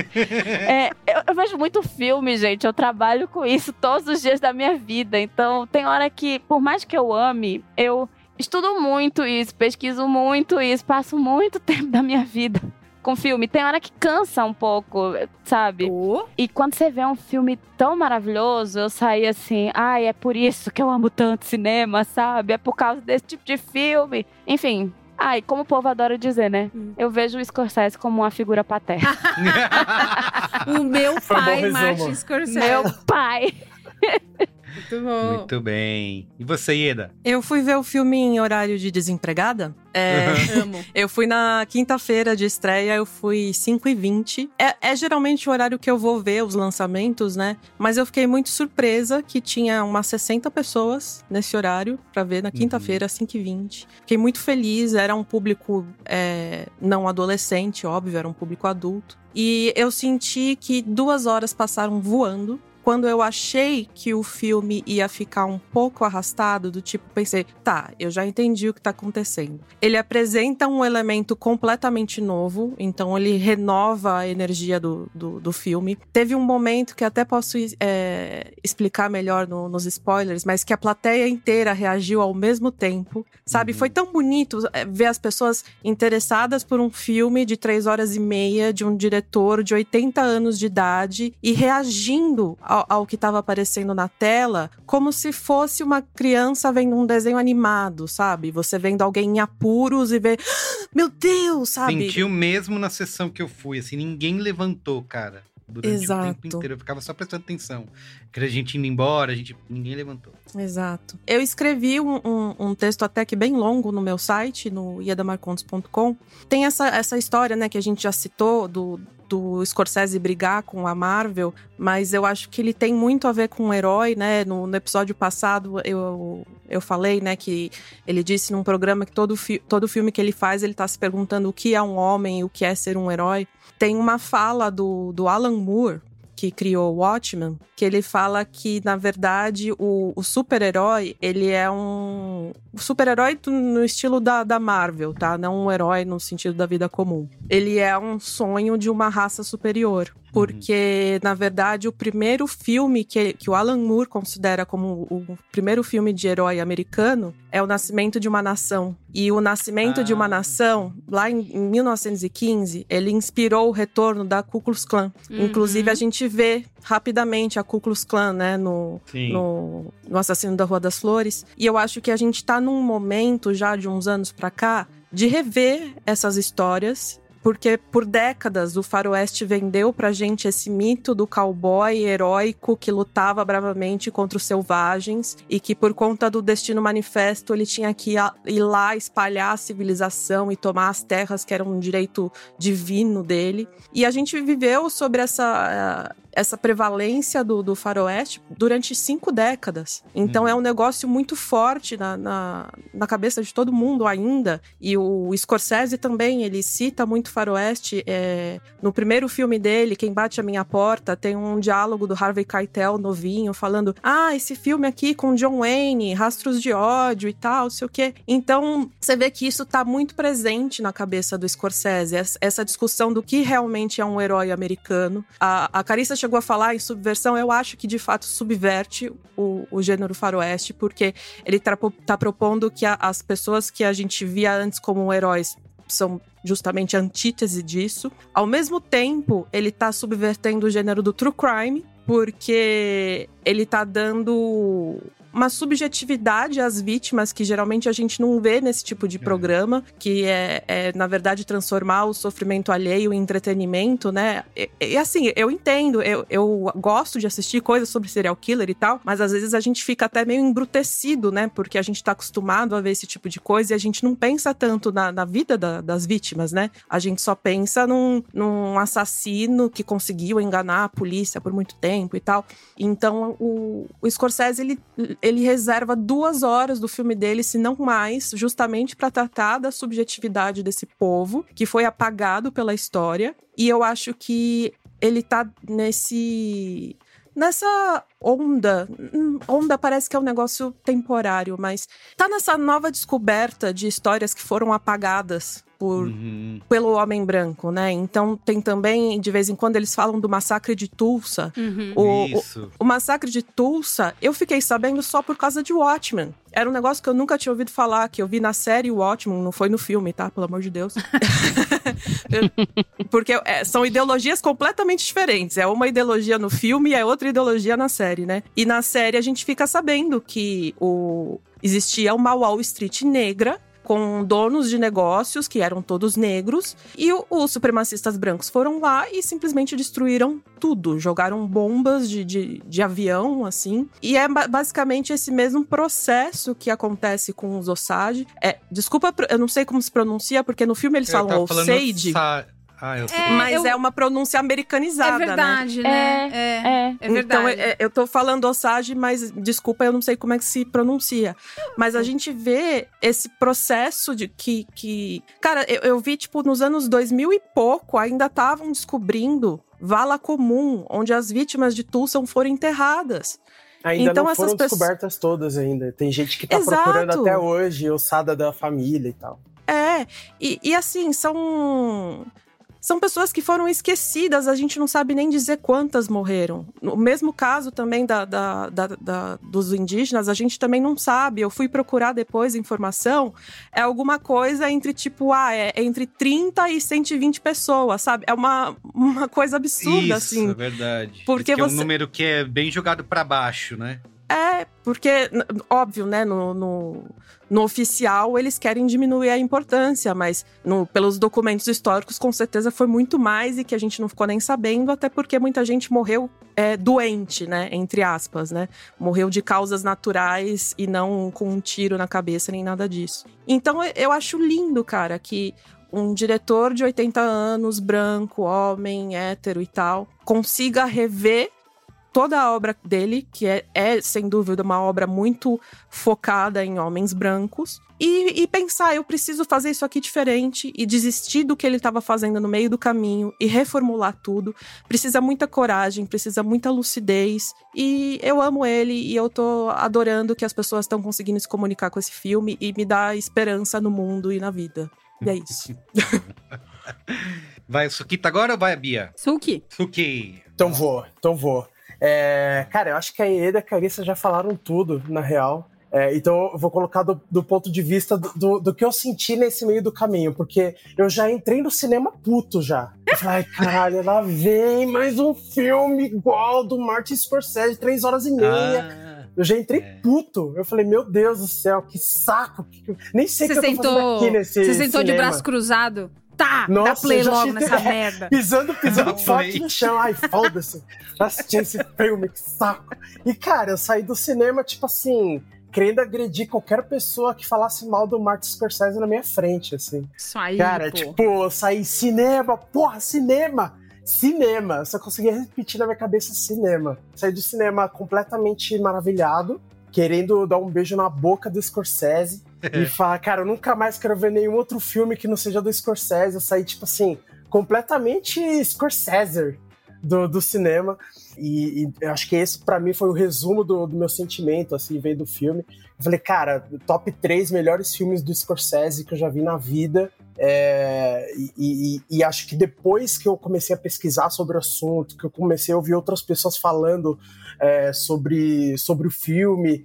L: Eu vejo muito filme, gente, eu trabalho com isso todos os dias da minha vida, então tem hora que, por mais que eu ame, eu estudo muito isso, pesquiso muito isso, passo muito tempo da minha vida com filme. Tem hora que cansa um pouco, sabe? E quando você vê um filme tão maravilhoso, eu saí assim, ai, é por isso que eu amo tanto cinema, sabe? É por causa desse tipo de filme. Enfim. Ai, como o povo adora dizer, né? Eu vejo o Scorsese como uma figura paterna.
H: O meu pai, Martin Scorsese.
L: Meu pai.
H: Muito bom.
G: Muito bem. E você, Ieda?
I: Eu fui ver o filme em horário de desempregada.
H: Amo.
I: Eu fui na quinta-feira de estreia, eu fui 5h20. É geralmente o horário que eu vou ver os lançamentos, né? Mas eu fiquei muito surpresa que tinha umas 60 pessoas nesse horário pra ver na quinta-feira, 5h20. Fiquei muito feliz, era um público não adolescente, óbvio, era um público adulto. E eu senti que 2 horas passaram voando. Quando eu achei que o filme ia ficar um pouco arrastado, do tipo, pensei, tá, eu já entendi o que tá acontecendo. Ele apresenta um elemento completamente novo, então ele renova a energia do filme. Teve um momento que até posso explicar melhor nos spoilers, mas que a plateia inteira reagiu ao mesmo tempo, sabe? Foi tão bonito ver as pessoas interessadas por um filme de 3h30, de um diretor de 80 anos de idade, e reagindo ao que estava aparecendo na tela, como se fosse uma criança vendo um desenho animado, sabe? Você vendo alguém em apuros e ver, meu Deus, sabe?
G: Sentiu mesmo na sessão que eu fui, assim, ninguém levantou, cara. Durante o tempo inteiro, eu ficava só prestando atenção. Que a gente indo embora, ninguém levantou.
I: Exato. Eu escrevi um texto até que bem longo no meu site, no iedamarcondes.com. Tem essa história, né, que a gente já citou, do Scorsese brigar com a Marvel, mas eu acho que ele tem muito a ver com um herói, né? No episódio passado eu falei, né, que ele disse num programa que todo filme que ele faz, ele tá se perguntando o que é um homem e o que é ser um herói. Tem uma fala do Alan Moore, que criou o Watchmen, que ele fala que, na verdade, o super-herói, ele é um super-herói no estilo da Marvel, tá? Não um herói no sentido da vida comum. Ele é um sonho de uma raça superior. Porque, na verdade, o primeiro filme que o Alan Moore considera como o primeiro filme de herói americano é O Nascimento de uma Nação. E O Nascimento de uma Nação, lá em 1915, ele inspirou o retorno da Ku Klux Klan. Inclusive, a gente vê rapidamente a Ku Klux Klan, né, no Assassino da Rua das Flores. E eu acho que a gente tá num momento, já de uns anos pra cá, de rever essas histórias. Porque por décadas o faroeste vendeu pra gente esse mito do cowboy heróico que lutava bravamente contra os selvagens e que por conta do Destino Manifesto ele tinha que ir lá espalhar a civilização e tomar as terras que eram um direito divino dele. E a gente viveu sobre essa prevalência do faroeste durante 5 décadas. Então é um negócio muito forte na cabeça de todo mundo ainda. E o Scorsese também, ele cita muito faroeste. No primeiro filme dele, Quem Bate a Minha Porta, tem um diálogo do Harvey Keitel novinho, falando: esse filme aqui com John Wayne, Rastros de Ódio e tal, não sei o quê. Então, você vê que isso tá muito presente na cabeça do Scorsese, essa discussão do que realmente é um herói americano. A Carissa chegou a falar em subversão. Eu acho que de fato subverte o gênero faroeste, porque ele tá propondo que as pessoas que a gente via antes como heróis são justamente a antítese disso. Ao mesmo tempo, ele tá subvertendo o gênero do true crime, porque ele tá dando uma subjetividade às vítimas que geralmente a gente não vê nesse tipo de programa, que é na verdade, transformar o sofrimento alheio em entretenimento, né? E assim, eu entendo, eu gosto de assistir coisas sobre serial killer e tal, mas às vezes a gente fica até meio embrutecido, né? Porque a gente tá acostumado a ver esse tipo de coisa e a gente não pensa tanto na vida das vítimas, né? A gente só pensa num assassino que conseguiu enganar a polícia por muito tempo e tal. Então, o Scorsese, ele reserva 2 horas do filme dele, se não mais, justamente para tratar da subjetividade desse povo, que foi apagado pela história. E eu acho que ele tá nessa onda parece que é um negócio temporário, mas tá nessa nova descoberta de histórias que foram apagadas pelo homem branco, né? Então tem também, de vez em quando, eles falam do massacre de Tulsa. O massacre de Tulsa, eu fiquei sabendo só por causa de Watchmen. Era um negócio que eu nunca tinha ouvido falar, que eu vi na série Watchmen, não foi no filme, tá? Pelo amor de Deus. Porque são ideologias completamente diferentes. É uma ideologia no filme e é outra ideologia na série, né? E na série a gente fica sabendo que existia uma Wall Street negra, com donos de negócios que eram todos negros, e os supremacistas brancos foram lá e simplesmente destruíram tudo, jogaram bombas de avião, assim, e é basicamente esse mesmo processo que acontece com os Osage. Desculpa, eu não sei como se pronuncia, porque no filme eles falam Osage. Mas é uma pronúncia americanizada,
H: né? É verdade,
I: né?
H: É verdade.
I: Então, eu tô falando Osage, mas desculpa, eu não sei como é que se pronuncia. Mas a gente vê esse processo de que... Cara, eu vi, tipo, nos anos 2000 e pouco, ainda estavam descobrindo vala comum, onde as vítimas de Tulsa foram enterradas.
J: Ainda então, não foram descobertas todas ainda. Tem gente que tá procurando até hoje, ossada da família e tal.
I: E assim, são pessoas que foram esquecidas, a gente não sabe nem dizer quantas morreram. No mesmo caso também dos indígenas, a gente também não sabe. Eu fui procurar depois informação, é alguma coisa entre entre 30 e 120 pessoas, sabe? É uma coisa absurda, assim.
G: Isso, é verdade.
I: Porque
G: é um número que é bem jogado pra baixo, né?
I: Porque, óbvio, né, no oficial eles querem diminuir a importância, mas pelos documentos históricos com certeza foi muito mais e que a gente não ficou nem sabendo, até porque muita gente morreu doente, né, entre aspas, né, morreu de causas naturais e não com um tiro na cabeça nem nada disso. Então eu acho lindo, cara, que um diretor de 80 anos, branco, homem, hétero e tal, consiga rever toda a obra dele, que é sem dúvida uma obra muito focada em homens brancos, e pensar, eu preciso fazer isso aqui diferente, e desistir do que ele estava fazendo no meio do caminho, e reformular tudo. Precisa muita coragem, precisa muita lucidez, e eu amo ele, e eu tô adorando que as pessoas estão conseguindo se comunicar com esse filme, e me dá esperança no mundo e na vida. E é isso.
G: Vai o Sukita agora ou vai a Bia?
H: Suki.
J: Então vou. Cara, eu acho que a Ieda e a Carissa já falaram tudo, na real. Então eu vou colocar do ponto de vista do que eu senti nesse meio do caminho, porque eu já entrei no cinema puto já. Eu falei, ai caralho, lá vem mais um filme igual do Martin Scorsese, 3 horas e meia. Eu já entrei puto. Eu falei, meu Deus do céu, que saco. Nem sei o que eu tô fazendo aqui nesse cinema.
H: Você sentou de braço cruzado? Tá,
J: nossa,
H: dá play logo nessa merda.
J: Pisando forte no chão. Ai, foda-se. Assisti esse filme, que saco. E, cara, eu saí do cinema, tipo assim, querendo agredir qualquer pessoa que falasse mal do Martin Scorsese na minha frente, assim.
H: Isso aí,
J: cara, tipo, eu saí cinema. Eu só conseguia repetir na minha cabeça cinema. Saí do cinema completamente maravilhado, querendo dar um beijo na boca do Scorsese. E falar, cara, eu nunca mais quero ver nenhum outro filme que não seja do Scorsese. Eu saí, tipo assim, completamente Scorsese do cinema. E eu acho que esse, pra mim, foi o resumo do meu sentimento, assim, veio do filme. Eu falei, cara, top 3 melhores filmes do Scorsese que eu já vi na vida. E acho que depois que eu comecei a pesquisar sobre o assunto, que eu comecei a ouvir outras pessoas falando sobre o filme...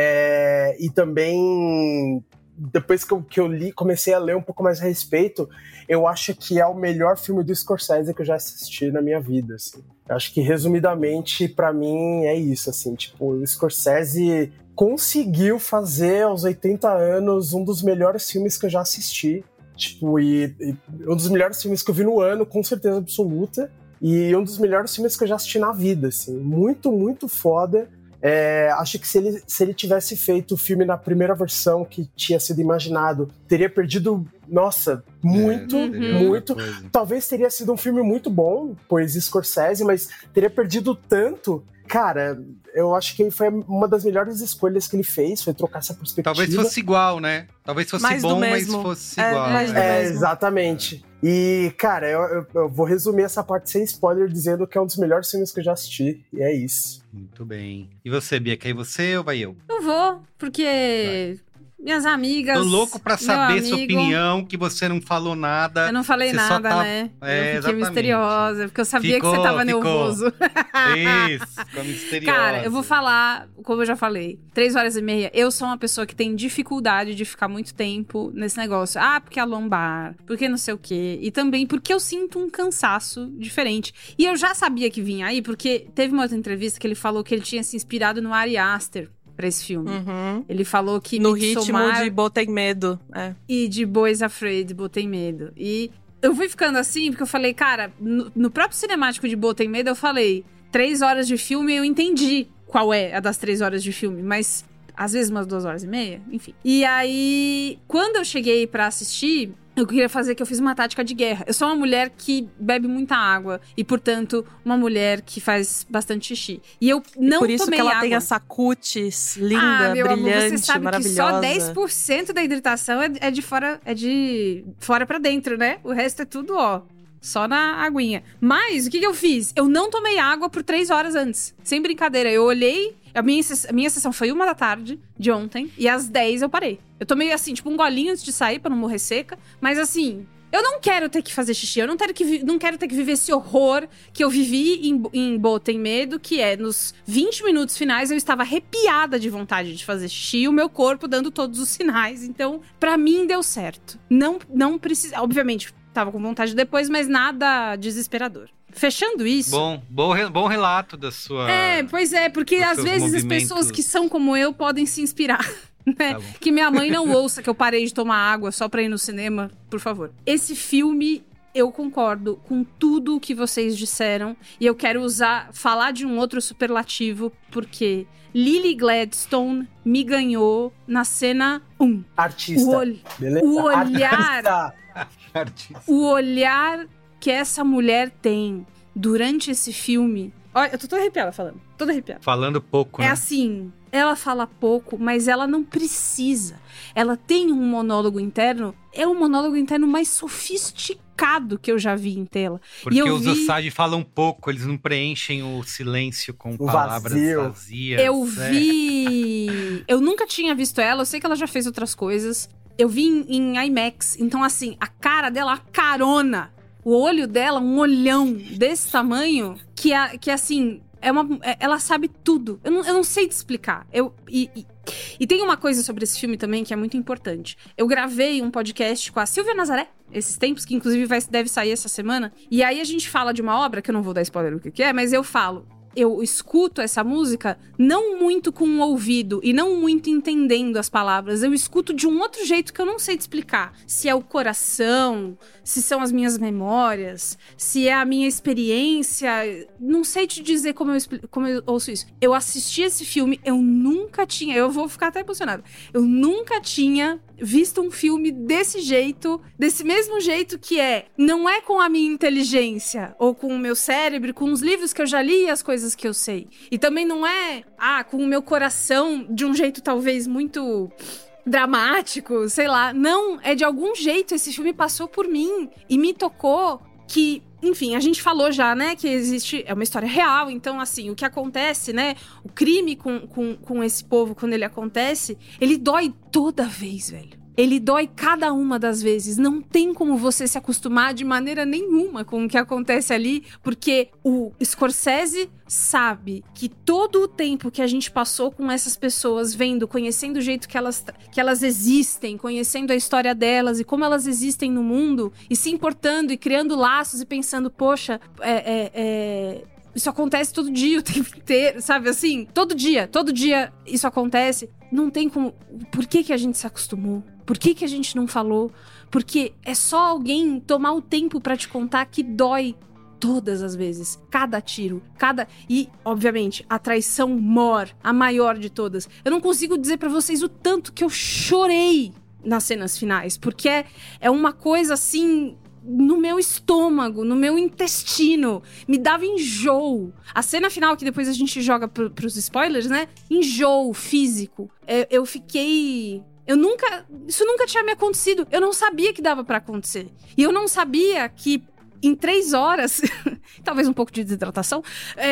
J: e também depois que eu li, comecei a ler um pouco mais a respeito, eu acho que é o melhor filme do Scorsese que eu já assisti na minha vida, assim. Eu acho que, resumidamente, pra mim, é isso, assim, tipo, o Scorsese conseguiu fazer, aos 80 anos, um dos melhores filmes que eu já assisti, tipo, e um dos melhores filmes que eu vi no ano, com certeza absoluta, e um dos melhores filmes que eu já assisti na vida, assim, muito, muito foda. Acho que se ele tivesse feito o filme na primeira versão que tinha sido imaginado, teria perdido, nossa, muito. Talvez teria sido um filme muito bom, pois Scorsese, mas teria perdido tanto. Cara, eu acho que foi uma das melhores escolhas que ele fez, foi trocar essa perspectiva.
G: Talvez fosse igual, né? Talvez fosse
I: mais
G: bom, mas fosse igual.
J: Exatamente. E, cara, eu vou resumir essa parte sem spoiler, dizendo que é um dos melhores filmes que eu já assisti, e é isso.
G: Muito bem. E você, Bia, quer ir você ou vai eu?
H: Eu vou, porque... Minhas amigas.
G: Tô louco pra saber sua opinião, que você não falou nada.
H: Eu não falei nada, né? Eu fiquei
G: exatamente.
H: misteriosa, porque eu sabia que você tava nervoso.
G: Isso, ficou misteriosa.
H: Cara, eu vou falar, como eu já falei, 3 horas e meia, eu sou uma pessoa que tem dificuldade de ficar muito tempo nesse negócio. Porque a lombar, porque não sei o quê. E também porque eu sinto um cansaço diferente. E eu já sabia que vinha aí, porque teve uma outra entrevista que ele falou que ele tinha se inspirado no Ari Aster pra esse filme. Ele falou que
I: no ritmo de Botem Medo.
H: E de Boys Afraid, Botem Medo. E eu fui ficando assim, porque eu falei, cara, no próprio cinemático de Botem Medo, eu falei, 3 horas de filme, eu entendi qual é a das 3 horas de filme, mas às vezes umas 2 horas e meia, enfim. E aí, quando eu cheguei pra assistir, eu queria fazer que eu fiz uma tática de guerra. Eu sou uma mulher que bebe muita água e, portanto, uma mulher que faz bastante xixi. E eu não tomei água.
I: Por isso que ela tem essa cutis linda,
H: meu
I: brilhante,
H: amor, você sabe
I: maravilhosa.
H: Que só 10% da hidratação é de fora pra dentro, né? O resto é tudo, só na aguinha. Mas, o que eu fiz? Eu não tomei água por 3 horas antes. Sem brincadeira. Eu olhei... A minha sessão foi 1 da tarde de ontem. E às 10 eu parei. Eu tomei, assim, tipo, um golinho antes de sair pra não morrer seca. Mas, assim... Eu não quero ter que fazer xixi. Eu não quero ter que viver esse horror que eu vivi em Botem Medo. Que é, nos 20 minutos finais, eu estava arrepiada de vontade de fazer xixi. E o meu corpo dando todos os sinais. Então, pra mim, deu certo. Não precisa... Obviamente... Tava com vontade depois, mas nada desesperador. Fechando isso...
G: Bom relato da sua...
H: Pois é, porque às vezes as pessoas que são como eu podem se inspirar, né? Tá, que minha mãe não ouça que eu parei de tomar água só pra ir no cinema, por favor. Esse filme... Eu concordo com tudo o que vocês disseram. E eu quero falar de um outro superlativo, porque Lily Gladstone me ganhou na cena 1.
J: Artista.
H: O olhar...
J: Artista.
H: O olhar que essa mulher tem durante esse filme... Olha, eu tô toda arrepiada falando. Toda arrepiada.
G: Falando pouco, né?
H: É assim, ela fala pouco, mas ela não precisa. Ela tem um monólogo interno. É o monólogo interno mais sofisticado que eu já vi em tela.
G: Porque os Osage falam pouco, eles não preenchem o silêncio com palavras vazias.
H: Eu vi... Eu nunca tinha visto ela, eu sei que ela já fez outras coisas. Eu vi em IMAX, então assim, a cara dela, a carona... O olho dela, um olhão desse tamanho, que assim, ela sabe tudo. Eu não sei te explicar. E tem uma coisa sobre esse filme também que é muito importante. Eu gravei um podcast com a Silvia Nazaré, esses tempos, que inclusive deve sair essa semana. E aí a gente fala de uma obra, que eu não vou dar spoiler do que é, mas eu falo... Eu escuto essa música não muito com o ouvido e não muito entendendo as palavras. Eu escuto de um outro jeito que eu não sei te explicar. Se é o coração, se são as minhas memórias, se é a minha experiência. Não sei te dizer como eu ouço isso. Eu assisti esse filme, eu nunca tinha... Eu vou ficar até emocionada. Eu nunca tinha visto um filme desse jeito, desse mesmo jeito que não é com a minha inteligência ou com o meu cérebro, com os livros que eu já li e as coisas que eu sei. E também não é, com o meu coração de um jeito talvez muito dramático, sei lá. Não, é de algum jeito esse filme passou por mim e me tocou que... Enfim, a gente falou já, né, que existe... É uma história real, então, assim, o que acontece, né, o crime com esse povo, quando ele acontece, ele dói toda vez, velho. Ele dói cada uma das vezes. Não tem como você se acostumar de maneira nenhuma com o que acontece ali, porque o Scorsese sabe que todo o tempo que a gente passou com essas pessoas, vendo, conhecendo o jeito que elas existem, conhecendo a história delas e como elas existem no mundo, e se importando e criando laços e pensando, poxa, isso acontece todo dia, o tempo inteiro, sabe assim? Todo dia isso acontece. Não tem como... Por que a gente se acostumou? Por que a gente não falou? Porque é só alguém tomar o tempo pra te contar que dói todas as vezes. Cada tiro, E, obviamente, a traição mor, a maior de todas. Eu não consigo dizer pra vocês o tanto que eu chorei nas cenas finais. Porque é uma coisa assim... no meu estômago, no meu intestino, me dava enjoo. A cena final, que depois a gente joga pros spoilers, né? Enjoo físico. Eu fiquei... Isso nunca tinha me acontecido. Eu não sabia que dava pra acontecer. E eu não sabia que em 3 horas, talvez um pouco de desidratação,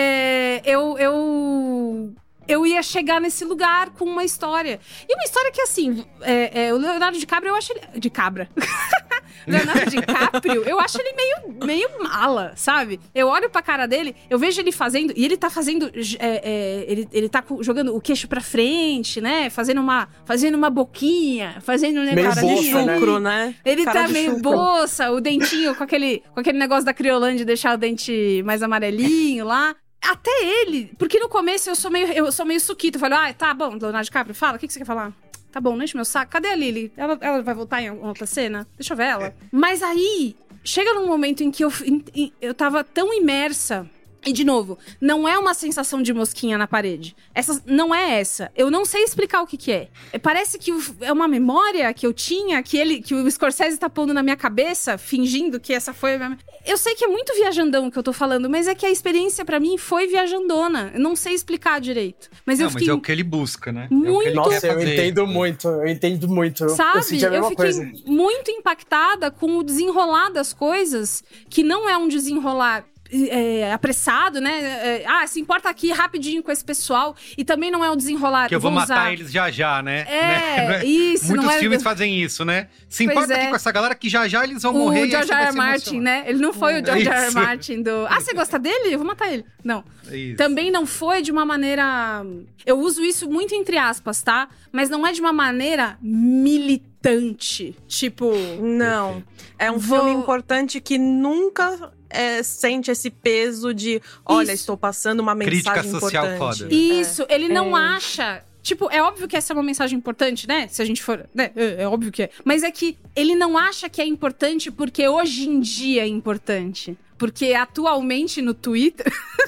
H: eu ia chegar nesse lugar com uma história. E uma história que, assim, o Leonardo DiCaprio, eu acho ele... Leonardo DiCaprio, eu acho ele meio mala, sabe? Eu olho pra cara dele, eu vejo ele fazendo... E ele tá fazendo... ele tá jogando o queixo pra frente, né? Fazendo uma boquinha, fazendo um negócio
I: de chucro, né?
H: Ele
I: cara
H: tá meio
I: chucro.
H: Boça, o dentinho com aquele negócio da Criolândia de deixar o dente mais amarelinho lá. Até ele, porque no começo eu sou meio suquito. Eu falo, tá bom, Leonardo DiCaprio, fala, o que você quer falar? Tá bom, não enche meu saco. Cadê a Lily? Ela vai voltar em outra cena? Deixa eu ver ela. Mas aí, chega num momento em que eu tava tão imersa. E, de novo, não é uma sensação de mosquinha na parede. Não é essa. Eu não sei explicar o que é. Parece que é uma memória que eu tinha, que o Scorsese tá pondo na minha cabeça, fingindo que essa foi a minha... Eu sei que é muito viajandão o que eu tô falando, mas é que a experiência pra mim foi viajandona. Eu não sei explicar direito. Mas eu fiquei...
G: Mas é o que ele busca, né?
H: Muito...
J: Nossa, eu entendo muito.
H: Sabe?
J: Eu senti a mesma coisa.
H: Fiquei muito impactada com o desenrolar das coisas, que não é um desenrolar... apressado, né? Se importa aqui rapidinho com esse pessoal. E também não é um desenrolar...
G: Que eu vou matar eles já, né?
H: Isso.
G: Muitos
H: não é...
G: filmes fazem isso, né? Se importa aqui com essa galera que já eles vão morrer.
H: O George R. R. Martin, né? Ele não foi o George R. R. Martin do... você gosta dele? Eu vou matar ele. Não.
G: Isso.
H: Também não foi de uma maneira... Eu uso isso muito entre aspas, tá? Mas não é de uma maneira militante. Tipo...
I: Não. É um filme importante que nunca... sente esse peso de, olha, estou passando uma mensagem
G: crítica social
I: importante.
G: Foda.
H: Isso, ele não acha... Tipo, é óbvio que essa é uma mensagem importante, né? Se a gente for... Né? É óbvio que é. Mas é que ele não acha que é importante porque hoje em dia é importante. Porque atualmente no Twitter,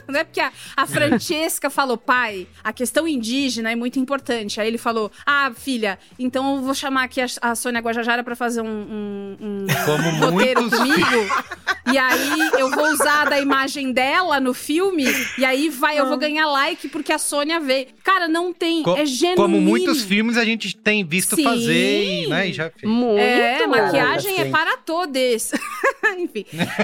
H: Não é porque a Francesca falou, pai, a questão indígena é muito importante. Aí ele falou, filha, então eu vou chamar aqui a Sônia Guajajara pra fazer um roteiro comigo. E aí eu vou usar da imagem dela no filme. E aí eu vou ganhar like porque a Sônia veio. Cara, não tem, é genuíno.
G: Como muitos filmes a gente tem visto fazer, né? E já fez.
H: Muito. Maquiagem é para todos. Enfim.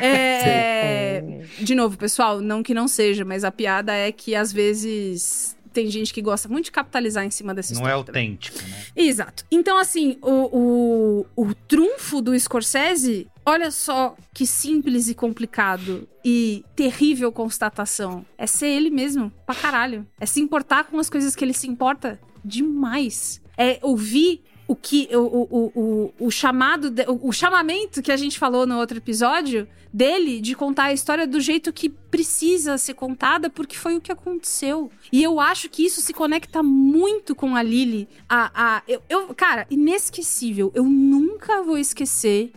H: De novo, pessoal, não que não seja, mas a piada é que às vezes tem gente que gosta muito de capitalizar em cima dessa história.
G: Não é autêntico, né?
H: Exato. Então, assim, o trunfo do Scorsese, olha só que simples e complicado e terrível constatação. É ser ele mesmo, pra caralho. É se importar com as coisas que ele se importa demais. É ouvir o que o chamamento que a gente falou no outro episódio dele de contar a história do jeito que precisa ser contada, porque foi o que aconteceu. E eu acho que isso se conecta muito com a Lily. Cara, inesquecível. Eu nunca vou esquecer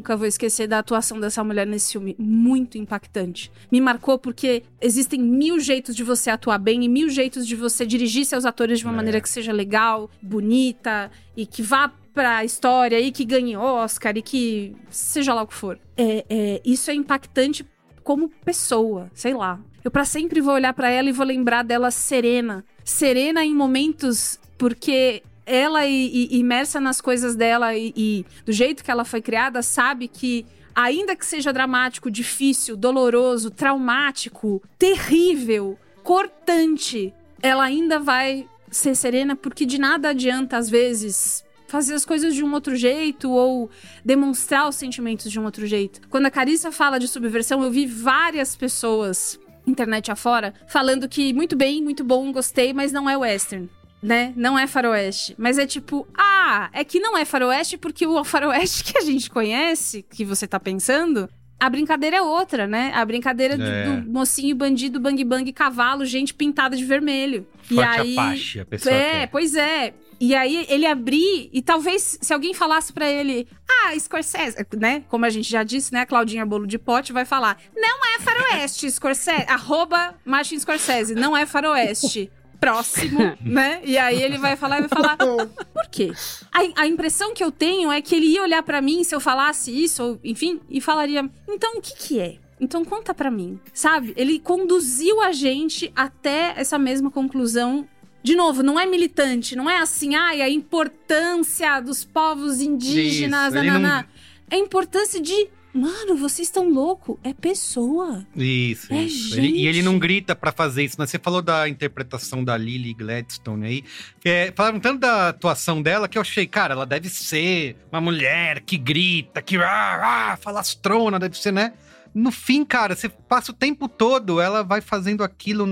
H: da atuação dessa mulher nesse filme. Muito impactante. Me marcou porque existem 1000 jeitos de você atuar bem e 1000 jeitos de você dirigir seus atores de uma maneira que seja legal, bonita e que vá pra história e que ganhe Oscar e que seja lá o que for. Isso é impactante como pessoa, sei lá. Eu pra sempre vou olhar pra ela e vou lembrar dela serena. Serena em momentos, porque ela imersa nas coisas dela e do jeito que ela foi criada, sabe que ainda que seja dramático, difícil, doloroso, traumático, terrível, cortante, ela ainda vai ser serena, porque de nada adianta, às vezes, fazer as coisas de um outro jeito ou demonstrar os sentimentos de um outro jeito. Quando a Carissa fala de subversão, eu vi várias pessoas, internet afora, falando que muito bem, muito bom, gostei, mas não é western, né? Não é faroeste. Mas é tipo, é que não é faroeste porque o faroeste que a gente conhece, que você tá pensando, a brincadeira é outra, né? A brincadeira do mocinho, bandido, bang bang, cavalo, gente pintada de vermelho.
G: Forte e aí, Apache, a pessoa quer.
H: Pois é. E aí ele abrir, e talvez se alguém falasse pra ele, Scorsese, né? Como a gente já disse, né? A Claudinha Bolo de Pote vai falar, não é faroeste, Scorsese, @Martin Scorsese, não é faroeste. Próximo, né? E aí ele vai falar por quê? A impressão que eu tenho é que ele ia olhar pra mim se eu falasse isso, ou enfim, e falaria, então o que é? Então conta pra mim, sabe? Ele conduziu a gente até essa mesma conclusão. De novo, não é militante, não é assim, a importância dos povos indígenas, É a importância de, mano, vocês estão loucos, é pessoa.
G: Isso. E ele não grita pra fazer isso, né? Você falou da interpretação da Lily Gladstone aí. Falaram tanto da atuação dela que eu achei, cara, ela deve ser uma mulher que grita, que falastrona, deve ser, né? No fim, cara, você passa o tempo todo, ela vai fazendo aquilo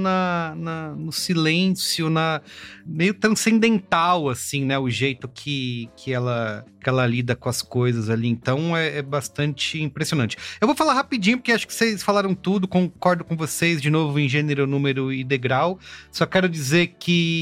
G: no silêncio, meio transcendental, assim, né? O jeito que ela lida com as coisas ali. Então, é bastante impressionante. Eu vou falar rapidinho, porque acho que vocês falaram tudo, concordo com vocês, de novo, em gênero, número e degrau. Só quero dizer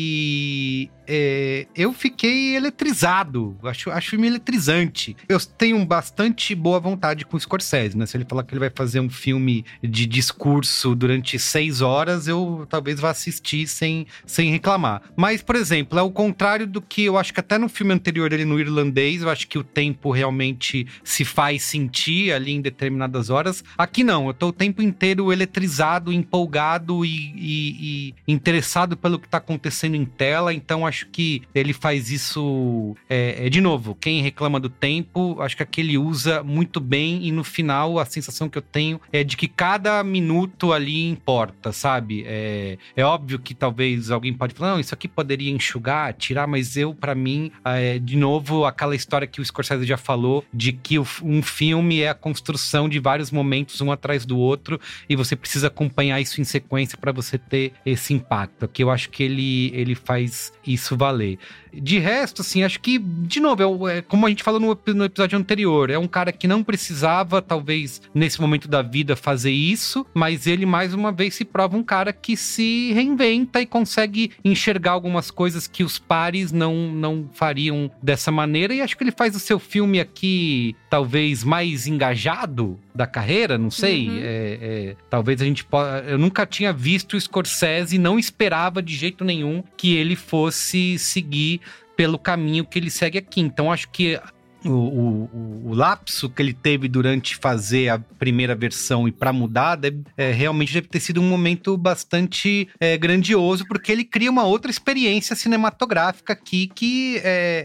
G: que eu fiquei eletrizado. Acho o filme eletrizante. Eu tenho bastante boa vontade com o Scorsese, né? Se ele falar que ele vai fazer um filme de discurso durante 6 horas, eu talvez vá assistir sem reclamar. Mas, por exemplo, é o contrário do que eu acho que até no filme anterior, ele no Irlandês, eu acho que o tempo realmente se faz sentir ali em determinadas horas. Aqui não, eu tô o tempo inteiro eletrizado, empolgado e interessado pelo que tá acontecendo em tela, então acho que ele faz isso, de novo, quem reclama do tempo, acho que aqui ele usa muito bem, e no final a sensação que eu tenho é de que cada minuto ali importa, sabe? É óbvio que talvez alguém pode falar, não, isso aqui poderia enxugar, tirar, mas pra mim, de novo, aquela história que o Scorsese já falou, de que um filme é a construção de vários momentos, um atrás do outro, e você precisa acompanhar isso em sequência para você ter esse impacto. Aqui eu acho que ele faz isso valer. De resto, assim, acho que, de novo, como a gente falou no episódio anterior, é um cara que não precisava, talvez, nesse momento da vida, fazer isso, mas ele, mais uma vez, se prova um cara que se reinventa e consegue enxergar algumas coisas que os pares não fariam dessa maneira, e acho que ele faz o seu filme aqui, talvez, mais engajado da carreira, não sei. Talvez a gente possa... Eu nunca tinha visto o Scorsese e não esperava de jeito nenhum que ele fosse seguir pelo caminho que ele segue aqui. Então, acho que o lapso que ele teve durante fazer a primeira versão e para mudar, realmente deve ter sido um momento bastante grandioso, porque ele cria uma outra experiência cinematográfica aqui que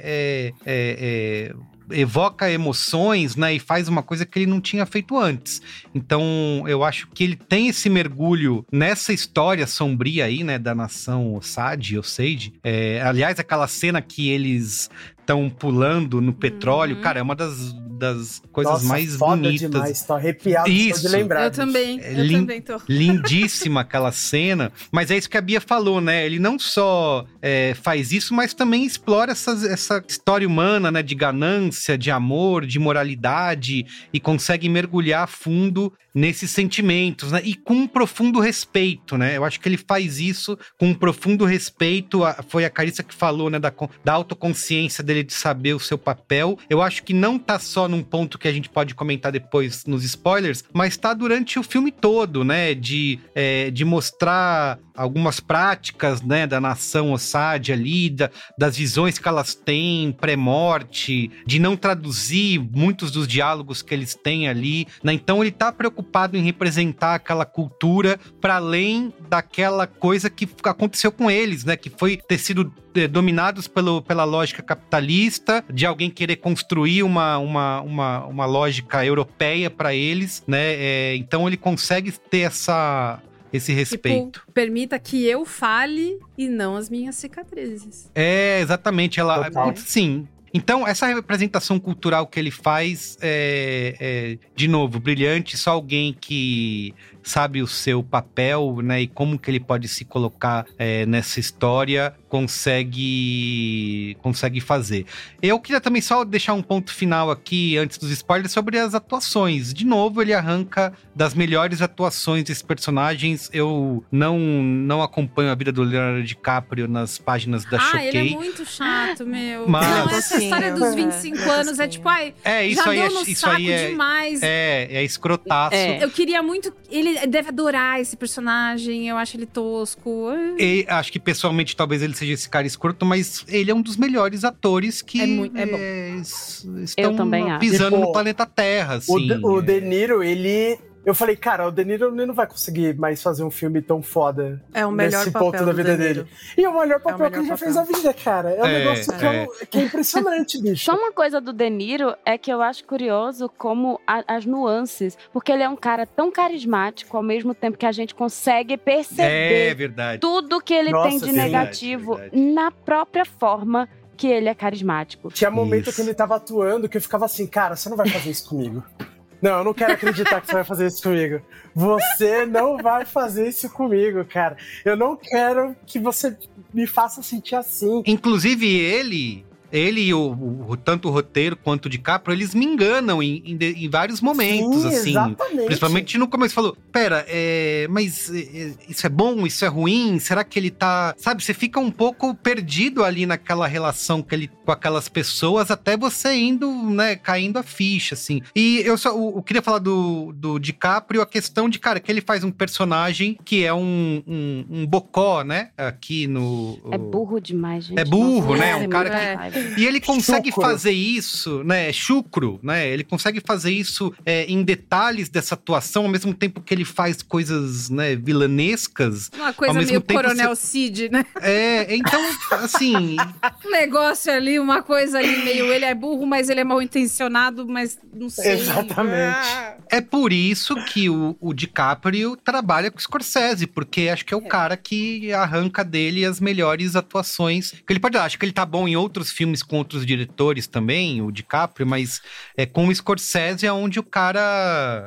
G: evoca emoções, né, e faz uma coisa que ele não tinha feito antes. Então, eu acho que ele tem esse mergulho nessa história sombria aí, né, da nação Osage. Aliás, aquela cena que eles estão pulando no petróleo, cara, é uma das coisas mais bonitas.
J: Demais, tô arrepiado só de lembrar.
H: Eu também tô.
G: Lindíssima aquela cena, mas é isso que a Bia falou, né? Ele não só faz isso, mas também explora essa história humana, né? De ganância, de amor, de moralidade, e consegue mergulhar a fundo nesses sentimentos, né? E com um profundo respeito, né? Eu acho que ele faz isso com um profundo respeito. Foi a Carissa que falou, né? Da autoconsciência dele de saber o seu papel. Eu acho que não tá só num ponto que a gente pode comentar depois nos spoilers, mas tá durante o filme todo, né? De mostrar algumas práticas, né? Da nação Osage ali, das visões que elas têm pré-morte, de não traduzir muitos dos diálogos que eles têm ali, né? Então ele tá preocupado em representar aquela cultura para além daquela coisa que aconteceu com eles, né? Que foi ter sido dominados pela lógica capitalista, de alguém querer construir uma lógica europeia para eles, né? Então ele consegue ter esse respeito.
H: Tipo, permita que eu fale e não as minhas cicatrizes.
G: Exatamente. Sim. Então, essa representação cultural que ele faz de novo, brilhante. Só alguém que sabe o seu papel, né, e como que ele pode se colocar nessa história, consegue fazer. Eu queria também só deixar um ponto final aqui, antes dos spoilers, sobre as atuações. De novo, ele arranca das melhores atuações desses personagens. Eu não acompanho a vida do Leonardo DiCaprio nas páginas da Choquei.
H: Ele é muito chato, meu.
G: Mas...
H: Não, essa história dos 25 anos é tipo,
G: isso
H: já
G: aí
H: deu no saco demais.
G: É escrotaço.
H: Eu queria muito... Ele deve adorar esse personagem, eu acho ele tosco.
G: E acho que pessoalmente talvez ele seja esse cara escroto, mas ele é um dos melhores atores que estão pisando no planeta Terra, assim.
J: O De Niro, ele... Eu falei, cara, o De Niro não vai conseguir mais fazer um filme tão foda.
I: É o melhor
J: nesse
I: papel
J: ponto da vida dele. E o melhor papel que ele já fez na vida, cara. É um negócio que é impressionante, bicho.
L: Só uma coisa do De Niro é que eu acho curioso como as nuances, porque ele é um cara tão carismático, ao mesmo tempo que a gente consegue perceber tudo que ele tem de negativo na própria forma que ele é carismático.
J: Tinha momento que ele tava atuando que eu ficava assim, cara, você não vai fazer isso comigo. Não, eu não quero acreditar que você vai fazer isso comigo. Você não vai fazer isso comigo, cara. Eu não quero que você me faça sentir assim.
G: Inclusive, ele e tanto o roteiro quanto o DiCaprio, eles me enganam em vários momentos, assim.
J: Exatamente.
G: Principalmente no começo, falou, pera, mas isso é bom, isso é ruim? Será que ele tá... Sabe, você fica um pouco perdido ali naquela relação com aquelas pessoas, até você indo, né, caindo a ficha, assim. E eu queria falar do DiCaprio, a questão de, cara, que ele faz um personagem que é um bocó, né, aqui no...
L: É burro demais, gente.
G: É burro, né, um cara que... E ele consegue fazer isso, né, chucro, né, ele consegue fazer isso em detalhes dessa atuação, ao mesmo tempo que ele faz coisas, né, vilanescas.
H: Uma coisa meio Coronel Cid, né?
G: Então, assim...
H: Um negócio ali, uma coisa ali meio... Ele é burro, mas ele é mal intencionado, mas não sei.
J: Exatamente.
G: É por isso que o DiCaprio trabalha com o Scorsese, porque acho que é o cara que arranca dele as melhores atuações que ele pode dar. Acho que ele tá bom em outros filmes com outros diretores também, o DiCaprio, mas com o Scorsese é onde o cara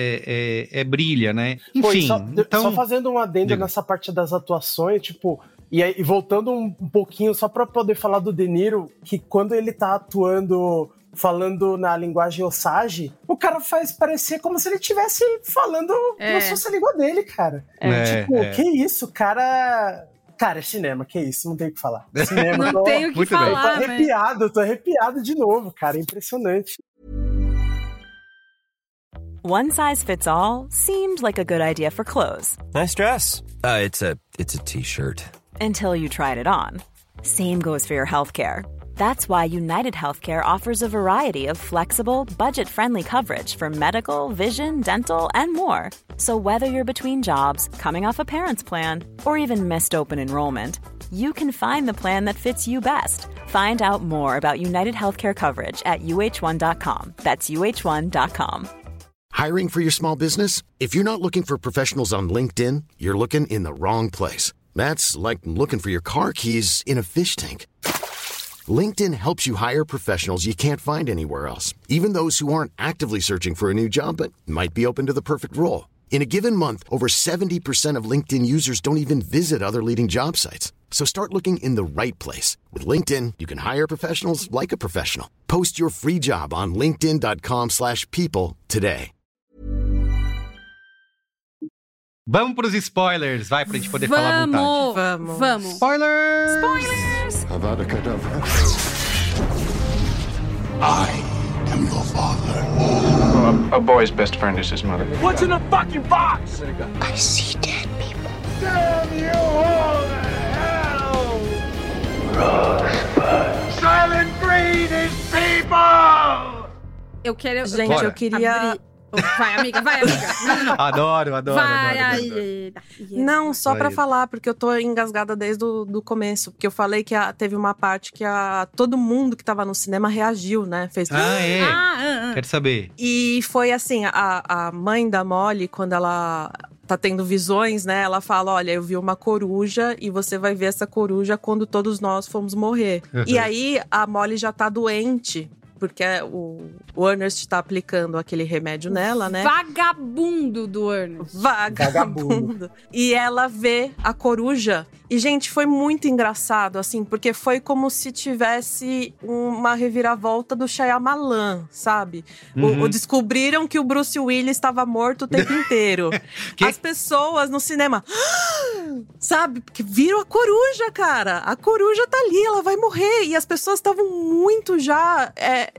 G: brilha, né? Enfim,
J: só fazendo um adendo nessa parte das atuações, tipo... E voltando um pouquinho, só pra poder falar do De Niro, que quando ele tá atuando... falando na linguagem Osage, o cara faz parecer como se ele estivesse falando como se fosse a língua dele, cara. Que isso, cara... Cara, é cinema, que isso, não tenho o que falar. Cinema,
H: não tenho o que falar,
J: tô arrepiado de novo, cara, impressionante.
P: One size fits all seemed like a good idea for clothes.
Q: Nice dress. It's a t-shirt.
P: Until you tried it on. Same goes for your healthcare. That's why United Healthcare offers a variety of flexible, budget-friendly coverage for medical, vision, dental, and more. So whether you're between jobs, coming off a parent's plan, or even missed open enrollment, you can find the plan that fits you best. Find out more about United Healthcare coverage at uh1.com. That's uh1.com.
B: Hiring for your small business? If you're not looking for professionals on LinkedIn, you're looking in the wrong place. That's like looking for your car keys in a fish tank. LinkedIn helps you hire professionals you can't find anywhere else, even those who aren't actively searching for a new job but might be open to the perfect role. In a given month, over 70% of LinkedIn users don't even visit other leading job sites. So start looking in the right place. With LinkedIn, you can hire professionals like a professional. Post your free job on linkedin.com/people today.
G: Vamos pros spoilers, vai, pra gente poder falar à vontade.
H: Vamos.
G: Spoilers!
O: Avada Kedavra. I am your father.
R: Well, a boy's best friend is his mother.
O: What's in the fucking box?
R: I see dead people.
O: Damn you all to hell! Rosebud. Silent Breed is people!
H: Eu quero...
I: Gente, eu queria...
H: Vai, amiga. Não.
G: Adoro.
H: Vai aí.
I: Não, só pra falar, porque eu tô engasgada desde o começo. Porque eu falei que teve uma parte que todo mundo que tava no cinema reagiu, né? Fez...
G: Quero saber.
I: E foi assim, a mãe da Molly, quando ela tá tendo visões, né? Ela fala, olha, eu vi uma coruja e você vai ver essa coruja quando todos nós fomos morrer. E aí, a Molly já tá doente. Porque o Ernest tá aplicando aquele remédio nela, né?
H: Vagabundo do Ernest.
I: Vagabundo. E ela vê a coruja. E, gente, foi muito engraçado, assim, porque foi como se tivesse uma reviravolta do Shyamalan, sabe? Descobriram que o Bruce Willis estava morto o tempo inteiro. As pessoas no cinema, sabe? Porque viram a coruja, cara. A coruja tá ali, ela vai morrer. E as pessoas estavam muito já...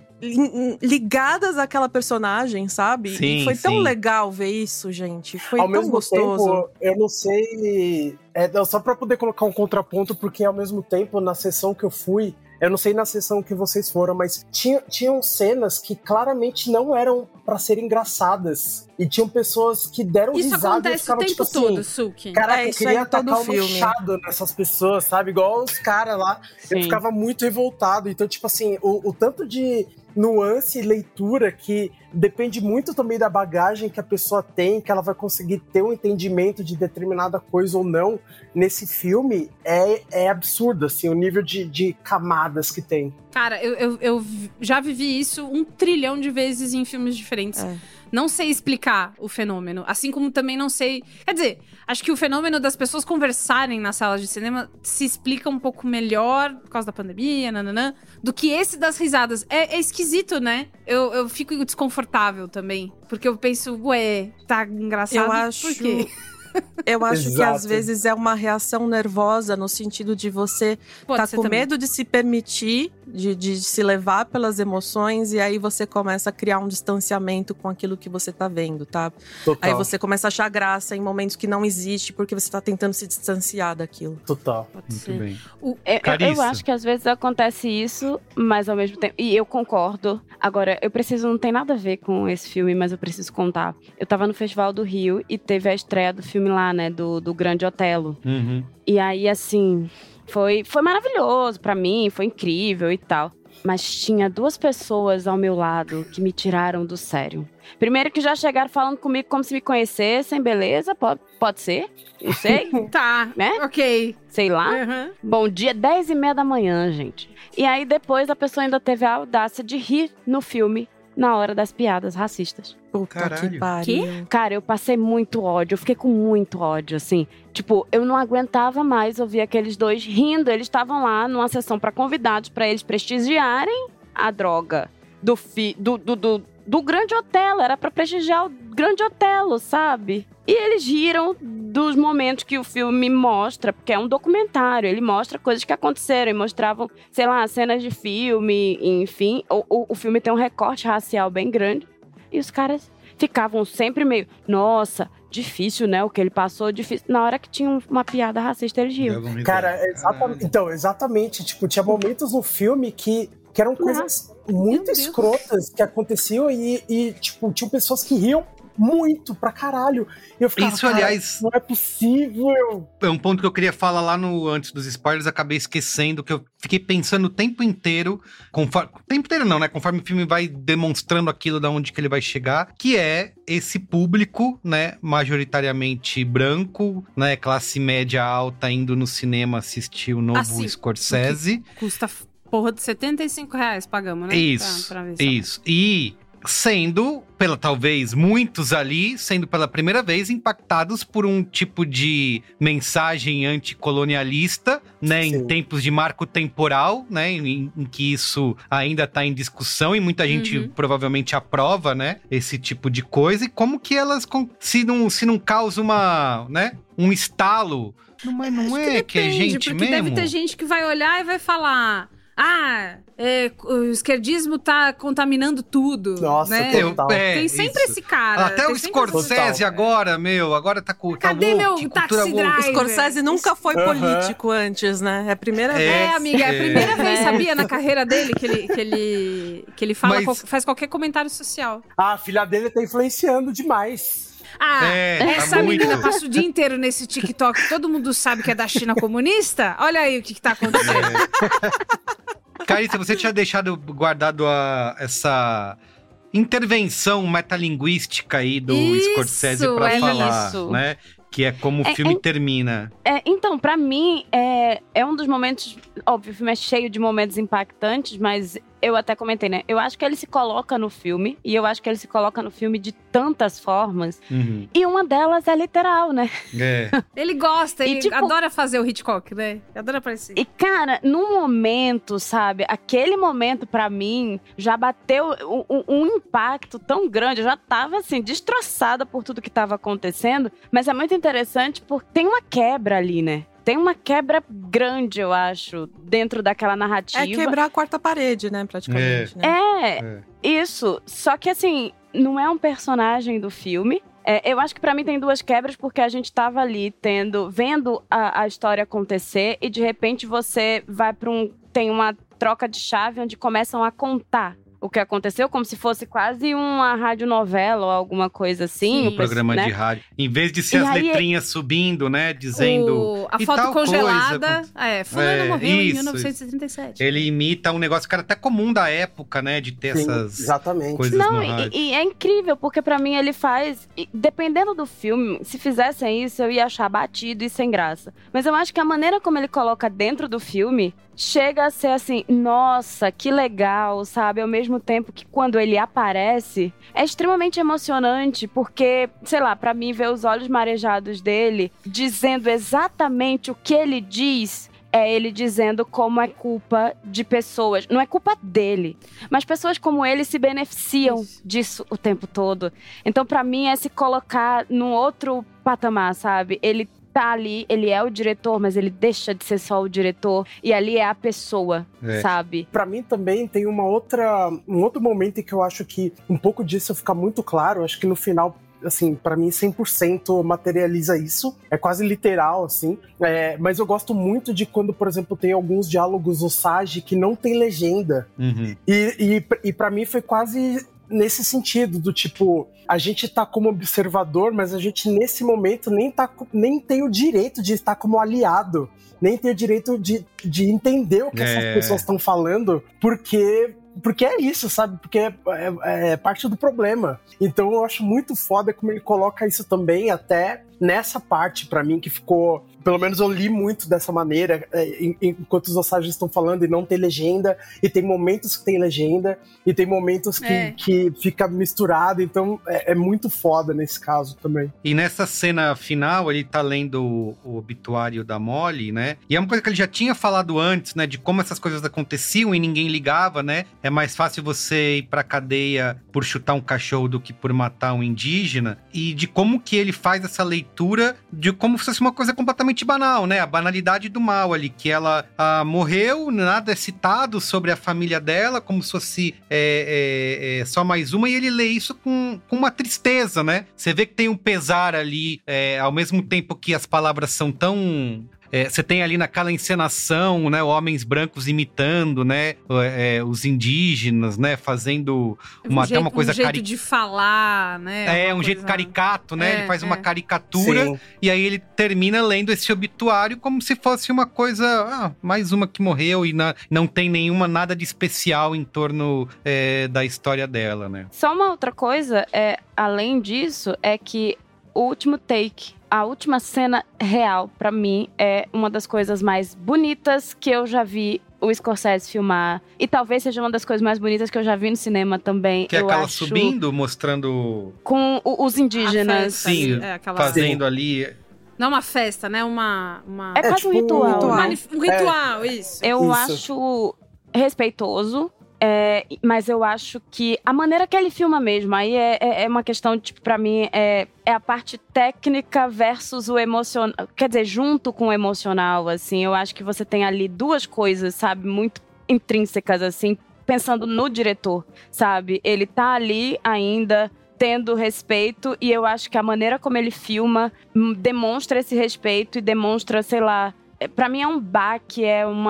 I: ligadas àquela personagem, sabe?
G: Sim,
I: e foi tão legal ver isso, gente. Foi
J: ao
I: tão
J: mesmo
I: gostoso.
J: Tempo, eu não sei... só pra poder colocar um contraponto, porque ao mesmo tempo, na sessão que eu fui, eu não sei na sessão que vocês foram, mas tinham cenas que claramente não eram pra serem engraçadas. E tinham pessoas que deram
H: isso
J: risada.
H: Acontece o tempo
J: tipo
H: todo,
J: assim,
H: Suki.
J: Caraca, eu queria atacar um
I: filme.
J: machado nessas pessoas, sabe? Igual os caras lá.
I: Sim.
J: Eu ficava muito revoltado. Então, tipo assim, o tanto de nuance e leitura que depende muito também da bagagem que a pessoa tem, que ela vai conseguir ter um entendimento de determinada coisa ou não nesse filme, é absurdo, assim, o nível de camadas que tem.
H: Cara, eu já vivi isso 1 trilhão de vezes em filmes diferentes. Não sei explicar o fenômeno, assim como também não sei... Quer dizer, acho que o fenômeno das pessoas conversarem nas salas de cinema se explica um pouco melhor, por causa da pandemia, do que esse das risadas. É esquisito, né? Eu fico desconfortável também, porque eu penso, tá engraçado, por quê?
I: Eu acho que às vezes é uma reação nervosa no sentido de você tá com medo de se permitir, de se levar pelas emoções, e aí você começa a criar um distanciamento com aquilo que você tá vendo, tá?
J: Total.
I: Aí você começa a achar graça em momentos que não existe porque você tá tentando se distanciar daquilo.
J: Total.
G: Muito bem.
L: Eu acho que às vezes acontece isso, mas ao mesmo tempo... E eu concordo. Agora, não tem nada a ver com esse filme, mas eu preciso contar. Eu tava no Festival do Rio e teve a estreia do filme lá, né, do Grande Otelo. E aí, assim, foi maravilhoso pra mim, foi incrível e tal. Mas tinha 2 pessoas ao meu lado que me tiraram do sério. Primeiro que já chegaram falando comigo como se me conhecessem, beleza, pode ser, não sei.
H: Tá,
L: né?
H: Ok.
L: Sei lá. Bom dia, 10h30 da manhã, gente. E aí depois a pessoa ainda teve a audácia de rir no filme na hora das piadas racistas.
I: Puta que pariu.
L: Cara, eu passei muito ódio, eu fiquei com muito ódio, assim. Tipo, eu não aguentava mais ouvir aqueles 2 rindo. Eles estavam lá numa sessão pra convidados, pra eles prestigiarem a droga do Grande Otelo. Era pra prestigiar o Grande Otelo, sabe? E eles riram dos momentos que o filme mostra, porque é um documentário, ele mostra coisas que aconteceram, e mostravam, sei lá, cenas de filme, enfim. O filme tem um recorte racial bem grande. E os caras ficavam sempre meio, nossa, difícil, né? O que ele passou, difícil. Na hora que tinha uma piada racista, eles riam.
J: Cara, exatamente. Então, exatamente. Tipo, tinha momentos no filme que eram coisas muito escrotas que aconteciam e, tipo, tinham pessoas que riam muito pra caralho. E eu ficava,
G: isso, aliás,
J: não é possível.
G: É um ponto que eu queria falar lá antes dos spoilers, acabei esquecendo, que eu fiquei pensando o tempo inteiro, tempo inteiro não, né? Conforme o filme vai demonstrando aquilo da onde que ele vai chegar, que é esse público, né, majoritariamente branco, né, classe média alta, indo no cinema assistir o novo Scorsese.
H: Custa porra de R$75 pagamos, né?
G: Isso,
H: pra ver
G: isso. E sendo, talvez muitos ali, sendo pela primeira vez impactados por um tipo de mensagem anticolonialista, né, em tempos de marco temporal, né, em que isso ainda está em discussão e muita gente provavelmente aprova, né, esse tipo de coisa, e como que elas, se não causa um estalo, mas não é que é gente
H: porque
G: mesmo?
H: Deve ter gente que vai olhar e vai falar... o esquerdismo tá contaminando tudo. Nossa, né? Tem sempre esse cara.
G: Até o Scorsese agora tá com...
H: Cadê meu taxi driver?
I: O Scorsese nunca foi político antes, né? É a primeira vez.
H: Amiga, é a primeira vez, sabia, na carreira dele que ele fala, faz qualquer comentário social.
J: A filha dele tá influenciando demais.
H: Essa menina passa o dia inteiro nesse TikTok, todo mundo sabe que é da China comunista. Olha aí o que tá acontecendo.
G: Carissa, você tinha guardado essa intervenção metalinguística aí do Scorsese pra falar, né? Que é como o filme termina.
L: Então, pra mim, é um dos momentos... Óbvio, o filme é cheio de momentos impactantes, mas eu até comentei, né? Eu acho que ele se coloca no filme, e eu acho que ele se coloca no filme de tantas formas, e uma delas é literal, né?
H: Ele gosta, ele adora fazer o Hitchcock, né? Adora aparecer.
L: E, cara, no momento, sabe? Aquele momento, pra mim, já bateu um impacto tão grande. Eu já tava, assim, destroçada por tudo que tava acontecendo, mas é muito interessante porque tem uma quebra ali, né? Tem uma quebra grande, eu acho, dentro daquela narrativa.
I: É quebrar a quarta parede, né, praticamente.
L: Isso. Só que, assim, não é um personagem do filme. Eu acho que pra mim tem duas quebras, porque a gente tava ali vendo a história acontecer e, de repente, você vai tem uma troca de chave onde começam a contar o que aconteceu, como se fosse quase uma radionovela ou alguma coisa assim.
G: Um programa de rádio. Em vez de ser as letrinhas subindo, né, dizendo...
H: A foto congelada. Fulano morreu em 1937.
G: Ele imita um negócio que era até comum da época, né, de ter essas coisas no rádio.
L: E é incrível, porque pra mim ele faz... Dependendo do filme, se fizessem isso, eu ia achar batido e sem graça. Mas eu acho que a maneira como ele coloca dentro do filme... chega a ser assim, nossa, que legal, sabe? Ao mesmo tempo que quando ele aparece, é extremamente emocionante, porque, sei lá, pra mim ver os olhos marejados dele, dizendo exatamente o que ele diz, é ele dizendo como é culpa de pessoas. Não é culpa dele, mas pessoas como ele se beneficiam disso o tempo todo. Então, pra mim, é se colocar num outro patamar, sabe? Ele tá ali, ele é o diretor, mas ele deixa de ser só o diretor, e ali é a pessoa, sabe?
J: Pra mim também tem um outro momento em que eu acho que um pouco disso fica muito claro, acho que no final, assim, pra mim 100% materializa isso, é quase literal, assim, mas eu gosto muito de quando, por exemplo, tem alguns diálogos no Sage que não tem legenda, e pra mim foi quase... nesse sentido, do tipo, a gente tá como observador, mas a gente nesse momento nem tem o direito de estar como aliado, nem tem o direito de entender o que essas pessoas estão falando, porque é isso, sabe? Porque é parte do problema. Então eu acho muito foda como ele coloca isso também, até nessa parte, pra mim, que ficou... Pelo menos eu li muito dessa maneira, enquanto os Osages estão falando, e não tem legenda, e tem momentos que tem legenda, e tem momentos que fica misturado, então é muito foda nesse caso também.
G: E nessa cena final, ele tá lendo o obituário da Molly, né? E é uma coisa que ele já tinha falado antes, né? De como essas coisas aconteciam e ninguém ligava, né? é mais fácil você ir pra cadeia por chutar um cachorro do que por matar um indígena, e de como que ele faz essa leitura de como se fosse uma coisa completamente banal, né? A banalidade do mal ali, que ela morreu, nada é citado sobre a família dela, como se fosse só mais uma, e ele lê isso com uma tristeza, né? Você vê que tem um pesar ali, ao mesmo tempo que as palavras são tão... Você tem ali naquela encenação, né, homens brancos imitando, né, os indígenas, né, fazendo até uma coisa...
H: Um jeito de falar, né?
G: Um jeito caricato, né? Ele faz uma caricatura. Sim. E aí ele termina lendo esse obituário como se fosse uma coisa... mais uma que morreu e não tem nada de especial em torno da história dela, né?
L: Só uma outra coisa, além disso, é que o último take... A última cena real, pra mim, é uma das coisas mais bonitas que eu já vi o Scorsese filmar. E talvez seja uma das coisas mais bonitas que eu já vi no cinema também.
G: Que é aquela subindo, mostrando...
L: Com os indígenas.
G: Sim, fazendo ali...
H: Não é uma festa, né?
L: É quase tipo um ritual.
H: Um ritual, isso.
L: Eu acho respeitoso. Mas eu acho que a maneira que ele filma mesmo, aí é uma questão, tipo, pra mim, é a parte técnica versus o emocional. Quer dizer, junto com o emocional, assim. Eu acho que você tem ali duas coisas, sabe, muito intrínsecas, assim, pensando no diretor, sabe? Ele tá ali ainda tendo respeito, e eu acho que a maneira como ele filma demonstra esse respeito e demonstra, sei lá... Pra mim é um baque,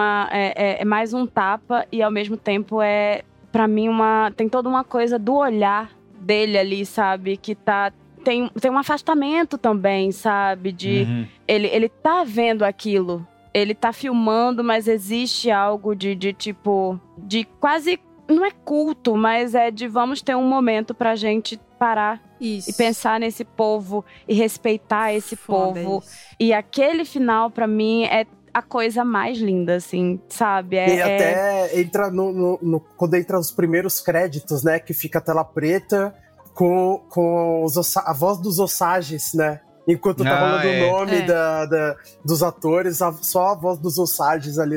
L: é mais um tapa, e ao mesmo tempo pra mim, tem toda uma coisa do olhar dele ali, sabe? Que tem um afastamento também, sabe? Ele tá vendo aquilo, ele tá filmando, mas existe algo de tipo, de quase, não é culto, mas é de vamos ter um momento pra gente parar. Isso. E pensar nesse povo e respeitar esse povo. Isso. E aquele final, pra mim, é a coisa mais linda, assim, sabe?
J: E até entra quando entra os primeiros créditos, né? Que fica a tela preta com a voz dos Osages, né? Enquanto tá rolando o nome dos atores, só a voz dos Osages ali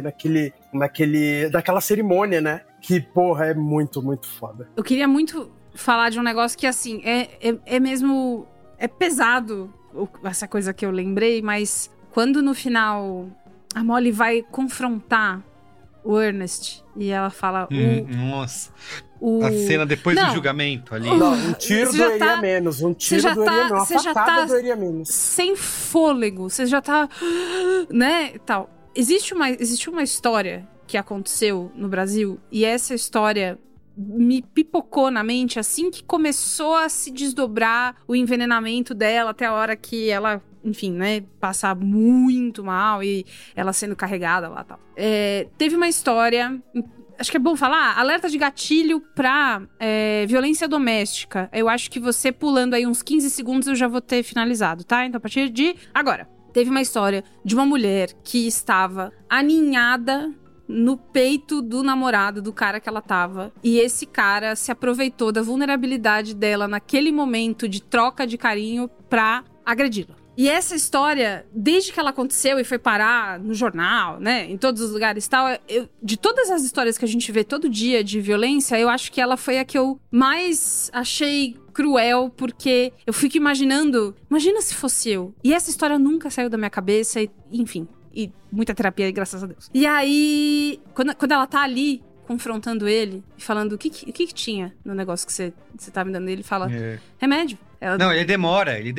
J: naquela cerimônia, né? Que, porra, é muito, muito foda.
H: Eu queria muito falar de um negócio que, assim, é mesmo... É pesado essa coisa que eu lembrei, mas quando no final a Molly vai confrontar o Ernest e ela fala...
G: Nossa, a cena depois do julgamento ali.
J: Não, um tiro doeria menos, uma facada doeria menos.
H: Sem fôlego, você já tá... né, tal. Existe uma história que aconteceu no Brasil, e essa história... me pipocou na mente assim que começou a se desdobrar o envenenamento dela até a hora que ela, enfim, né, passar muito mal e ela sendo carregada lá e tal. Teve uma história, acho que é bom falar, alerta de gatilho pra violência doméstica. Eu acho que você pulando aí uns 15 segundos eu já vou ter finalizado, tá? Então a partir de agora. Teve uma história de uma mulher que estava aninhada no peito do namorado do cara que ela tava. E esse cara se aproveitou da vulnerabilidade dela naquele momento de troca de carinho pra agredi-la. E essa história, desde que ela aconteceu e foi parar no jornal, né, em todos os lugares e tal, de todas as histórias que a gente vê todo dia de violência, eu acho que ela foi a que eu mais achei cruel, porque eu fico imaginando, imagina se fosse eu. E essa história nunca saiu da minha cabeça, e, enfim... E muita terapia, graças a Deus. E aí, quando ela tá ali, confrontando ele, e falando o que tinha no negócio que você tá me dando, ele fala, remédio. Ela...
G: Não, ele demora. Ele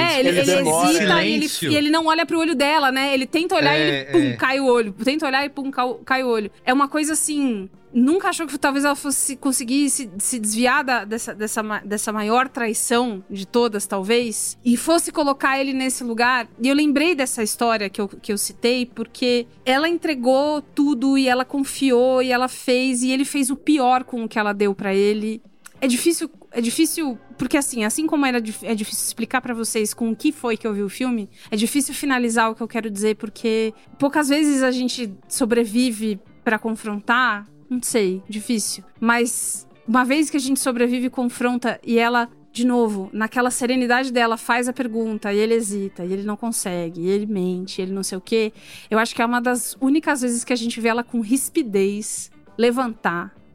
H: hesita e ele não olha pro olho dela, né? Ele tenta olhar e ele, pum, cai o olho. Tenta olhar e, pum, cai o olho. É uma coisa assim... Nunca achou que talvez ela fosse conseguir se desviar dessa maior traição de todas, talvez, e fosse colocar ele nesse lugar. E eu lembrei dessa história que eu citei, porque ela entregou tudo e ela confiou e ela fez, e ele fez o pior com o que ela deu pra ele. É difícil, porque assim como é difícil explicar pra vocês com o que foi que eu vi o filme, é difícil finalizar o que eu quero dizer, porque poucas vezes a gente sobrevive pra confrontar. Não sei, difícil. Mas uma vez que a gente sobrevive e confronta, e ela, de novo, naquela serenidade dela, faz a pergunta, e ele hesita, e ele não consegue, e ele mente, e ele não sei o quê. Eu acho que é uma das únicas vezes que a gente vê ela com rispidez levantar,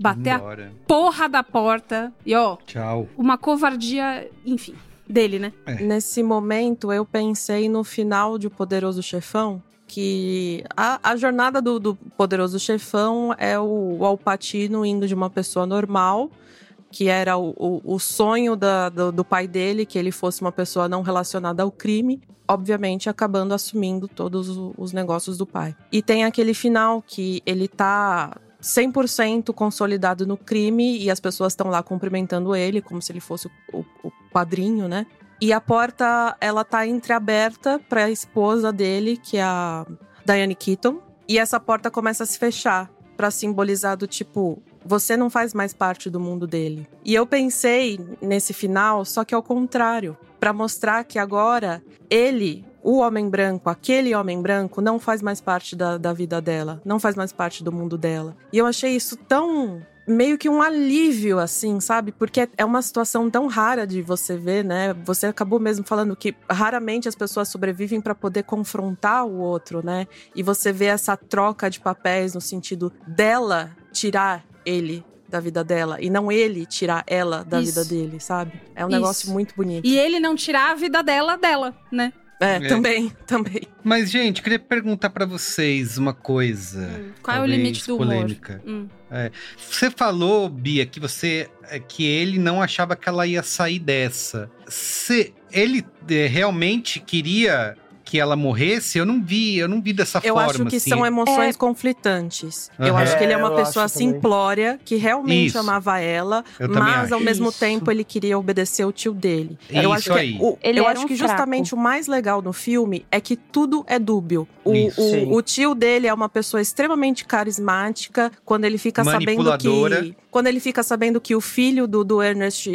H: bater a porra da porta e
G: tchau.
H: Uma covardia, enfim, dele, né?
I: Nesse momento, eu pensei no final de O Poderoso Chefão, que a jornada do Poderoso Chefão é o Al Pacino indo de uma pessoa normal, que era o sonho do pai dele, que ele fosse uma pessoa não relacionada ao crime, obviamente acabando assumindo todos os negócios do pai. E tem aquele final que ele tá 100% consolidado no crime e as pessoas estão lá cumprimentando ele, como se ele fosse o padrinho, né? E a porta, ela tá entreaberta pra esposa dele, que é a Diane Keaton. E essa porta começa a se fechar, pra simbolizar do tipo, você não faz mais parte do mundo dele. E eu pensei nesse final, só que ao contrário, pra mostrar que agora ele, o homem branco, aquele homem branco, não faz mais parte da vida dela, não faz mais parte do mundo dela. E eu achei isso tão... meio que um alívio, assim, sabe? Porque é uma situação tão rara de você ver, né? Você acabou mesmo falando que raramente as pessoas sobrevivem para poder confrontar o outro, né? E você vê essa troca de papéis no sentido dela tirar ele da vida dela e não ele tirar ela da vida dele, sabe? É um negócio muito bonito.
H: E ele não tirar a vida dela, né?
I: Também.
G: Mas, gente, queria perguntar pra vocês uma coisa.
H: Qual é o limite do
G: polêmica. Você falou, Bia, que ele não achava que ela ia sair dessa. Ele realmente queria que ela morresse? Eu não vi dessa forma.
I: Eu acho que
G: assim.
I: São emoções conflitantes. Eu acho que ele é uma pessoa simplória, que realmente amava ela, mas ao mesmo tempo ele queria obedecer o tio dele. Eu acho que justamente o mais legal no filme é que tudo é dúbio. O tio dele é uma pessoa extremamente carismática, quando ele fica sabendo que o filho do Ernest,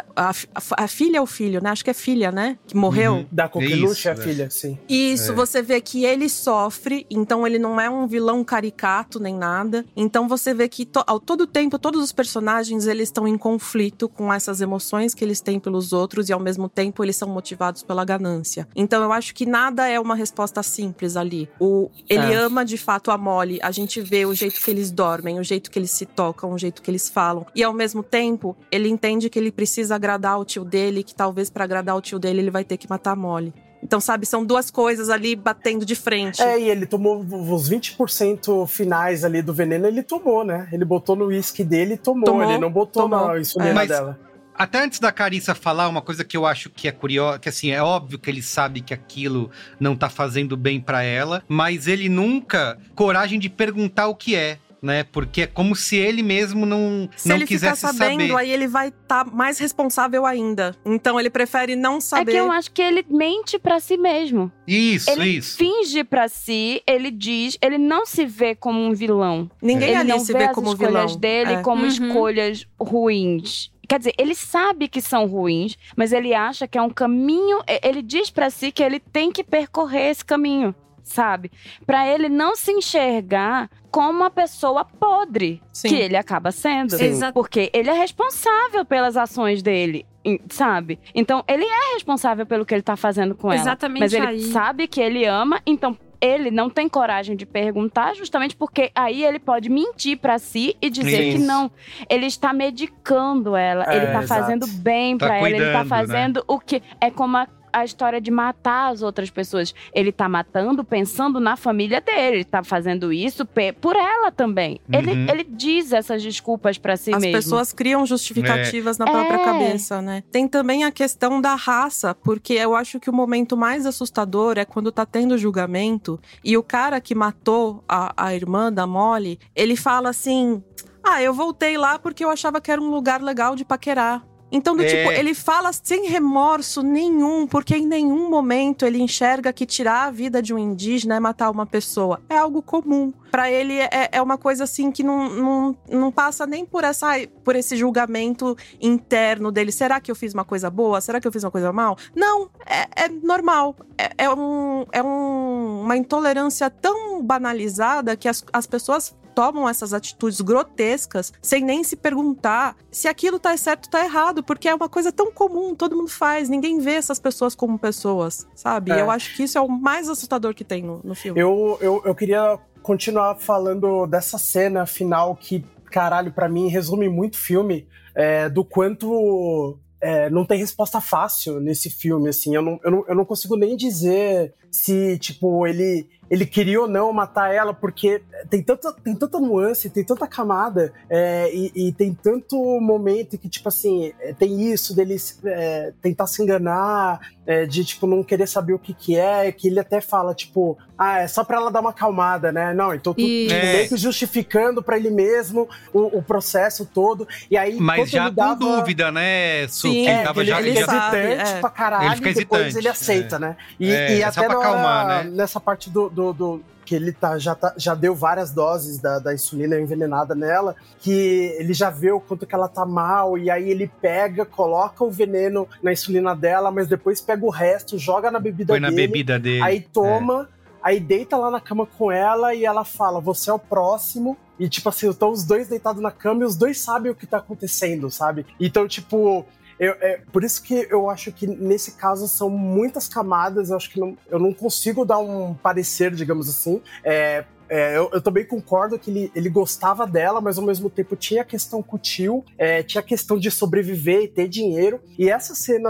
I: a filha é o filho, né? Acho que é filha, né? Que morreu.
J: Da Coqueluche é a filha, sim.
I: Isso, você vê que ele sofre, então ele não é um vilão caricato nem nada. Então você vê que ao todo tempo, todos os personagens, eles estão em conflito com essas emoções que eles têm pelos outros e ao mesmo tempo eles são motivados pela ganância. Então eu acho que nada é uma resposta simples ali. Ele ama de fato a Molly, a gente vê o jeito que eles dormem, o jeito que eles se tocam, o jeito que eles falam. E ao mesmo tempo, ele entende que ele precisa agradar o tio dele, que talvez pra agradar o tio dele ele vai ter que matar a Molly. Então, sabe, são duas coisas ali batendo de frente.
J: E ele tomou os 20% finais ali do veneno, ele tomou, né? Ele botou no uísque dele e tomou. Ele não botou na insulina dela.
G: Até antes da Carissa falar, uma coisa que eu acho que é curiosa, que assim, é óbvio que ele sabe que aquilo não tá fazendo bem pra ela, mas ele nunca coragem de perguntar o que é. Né? Porque é como se ele mesmo não quisesse saber. Se ele ficar sabendo,
I: aí ele vai estar mais responsável ainda. Então ele prefere não saber.
L: É que eu acho que ele mente pra si mesmo.
G: Ele
L: finge pra si, ele diz, ele não se vê como um vilão.
I: Ninguém ali se vê como vilão.
L: Ele não vê as escolhas dele como escolhas ruins. Quer dizer, ele sabe que são ruins, mas ele acha que é um caminho. Ele diz pra si que ele tem que percorrer esse caminho, sabe? Pra ele não se enxergar como uma pessoa podre, que ele acaba sendo. Porque ele é responsável pelas ações dele, sabe? Então, ele é responsável pelo que ele tá fazendo com ela.
H: Exatamente.
L: Mas ele sabe que ele ama, então ele não tem coragem de perguntar, justamente porque aí ele pode mentir pra si e dizer que não. Ele está medicando ela, ele tá fazendo bem pra ela, ele tá fazendo o que... É como a história de matar as outras pessoas. Ele tá matando pensando na família dele. Ele tá fazendo isso por ela também. Ele diz essas desculpas pra si mesmo.
I: As pessoas criam justificativas na própria cabeça, né? Tem também a questão da raça, porque eu acho que o momento mais assustador é quando tá tendo julgamento e o cara que matou a irmã da Molly, ele fala assim: eu voltei lá porque eu achava que era um lugar legal de paquerar. Então, tipo, ele fala sem remorso nenhum, porque em nenhum momento ele enxerga que tirar a vida de um indígena é matar uma pessoa. É algo comum. Pra ele, é uma coisa assim que não passa nem por esse julgamento interno dele. Será que eu fiz uma coisa boa? Será que eu fiz uma coisa mal? Não, é normal. É uma intolerância tão banalizada que as pessoas tomam essas atitudes grotescas sem nem se perguntar se aquilo tá certo ou tá errado, porque é uma coisa tão comum, todo mundo faz, ninguém vê essas pessoas como pessoas, sabe? Eu acho que isso é o mais assustador que tem no filme.
J: Eu queria continuar falando dessa cena final que caralho, pra mim, resume muito o filme do quanto não tem resposta fácil nesse filme, assim. Eu não consigo nem dizer se, tipo, ele queria ou não matar ela, porque tem tanta nuance, tem tanta camada, e tem tanto momento que, tipo assim, tem isso dele tentar se enganar, de, tipo, não querer saber o que é, que ele até fala, tipo, é só pra ela dar uma acalmada, né? Não, então meio que justificando pra ele mesmo o processo todo, e aí...
G: Mas já com dúvida, né, Su?
J: Sim,
G: que tava
J: ele fica hesitante pra caralho,
G: ele fica
J: depois
G: hesitante,
J: ele aceita, né? E até
G: só pra acalmar, né?
J: Nessa parte que ele já deu várias doses da insulina envenenada nela, que ele já vê o quanto que ela tá mal, e aí ele coloca o veneno na insulina dela, mas depois pega o resto, joga na bebida dele, aí toma, aí deita lá na cama com ela, e ela fala, você é o próximo, e tipo assim, estão os dois deitados na cama, e os dois sabem o que tá acontecendo, sabe? Então, tipo... por isso que eu acho que nesse caso são muitas camadas, eu acho que eu não consigo dar um parecer, digamos assim. Eu também concordo que ele gostava dela, mas ao mesmo tempo tinha a questão com o tio, tinha a questão de sobreviver e ter dinheiro. E essa cena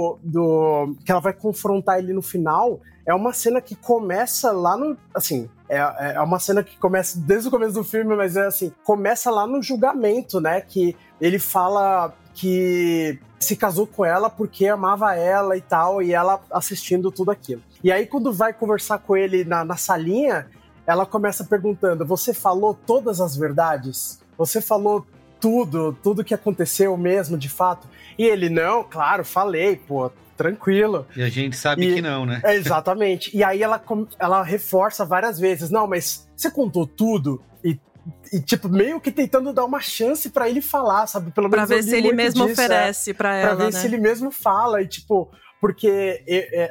J: que ela vai confrontar ele no final é uma cena que começa lá no... Assim, é uma cena que começa desde o começo do filme, mas começa lá no julgamento, né? Que ele fala que se casou com ela porque amava ela e tal, e ela assistindo tudo aquilo. E aí, quando vai conversar com ele na salinha, ela começa perguntando, você falou todas as verdades? Você falou tudo que aconteceu mesmo, de fato? E ele, não, claro, falei, pô, tranquilo.
G: E a gente sabe que não, né?
J: Exatamente. E aí ela reforça várias vezes, não, mas você contou tudo? E, tipo, meio que tentando dar uma chance pra ele falar, sabe? Pelo menos
I: pra ver se ele mesmo oferece pra ela,
J: pra ver se ele mesmo fala. E, tipo, porque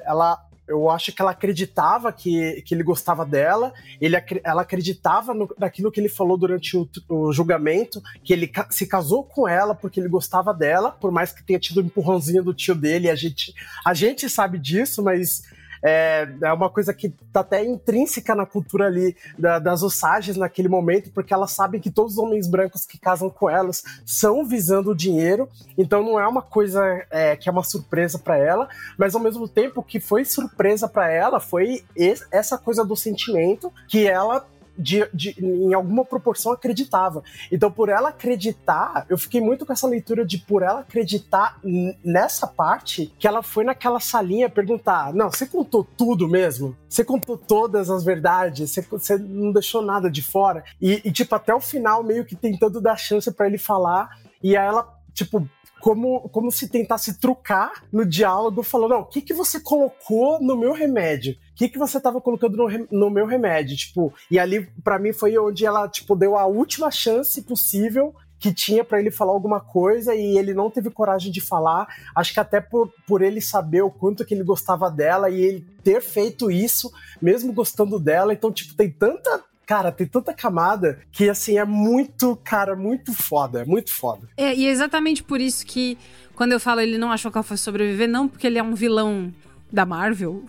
J: eu acho que ela acreditava que ele gostava dela, ela acreditava naquilo que ele falou durante o julgamento, que ele se casou com ela porque ele gostava dela, por mais que tenha tido um empurrãozinho do tio dele, a gente sabe disso, mas... É uma coisa que tá até intrínseca na cultura ali das Osages naquele momento, porque elas sabem que todos os homens brancos que casam com elas são visando o dinheiro, então não é uma coisa que é uma surpresa pra ela, mas ao mesmo tempo que foi surpresa pra ela foi essa coisa do sentimento que ela em alguma proporção acreditava. Então, por ela acreditar, eu fiquei muito com essa leitura de por ela acreditar nessa parte, que ela foi naquela salinha perguntar, não, você contou tudo mesmo? Você contou todas as verdades? Você não deixou nada de fora? E tipo, até o final, meio que tentando dar chance pra ele falar, e aí ela, tipo... Como se tentasse trucar no diálogo, falando, não, o que você colocou no meu remédio? O que você tava colocando no meu remédio? Tipo, e ali, pra mim, foi onde ela, tipo, deu a última chance possível que tinha pra ele falar alguma coisa, e ele não teve coragem de falar. Acho que até por ele saber o quanto que ele gostava dela, e ele ter feito isso, mesmo gostando dela. Então, tipo, tem tanta camada que, assim, é muito, cara, muito foda, muito foda.
H: E é exatamente por isso que, quando eu falo ele não achou que ela fosse sobreviver, não porque ele é um vilão da Marvel,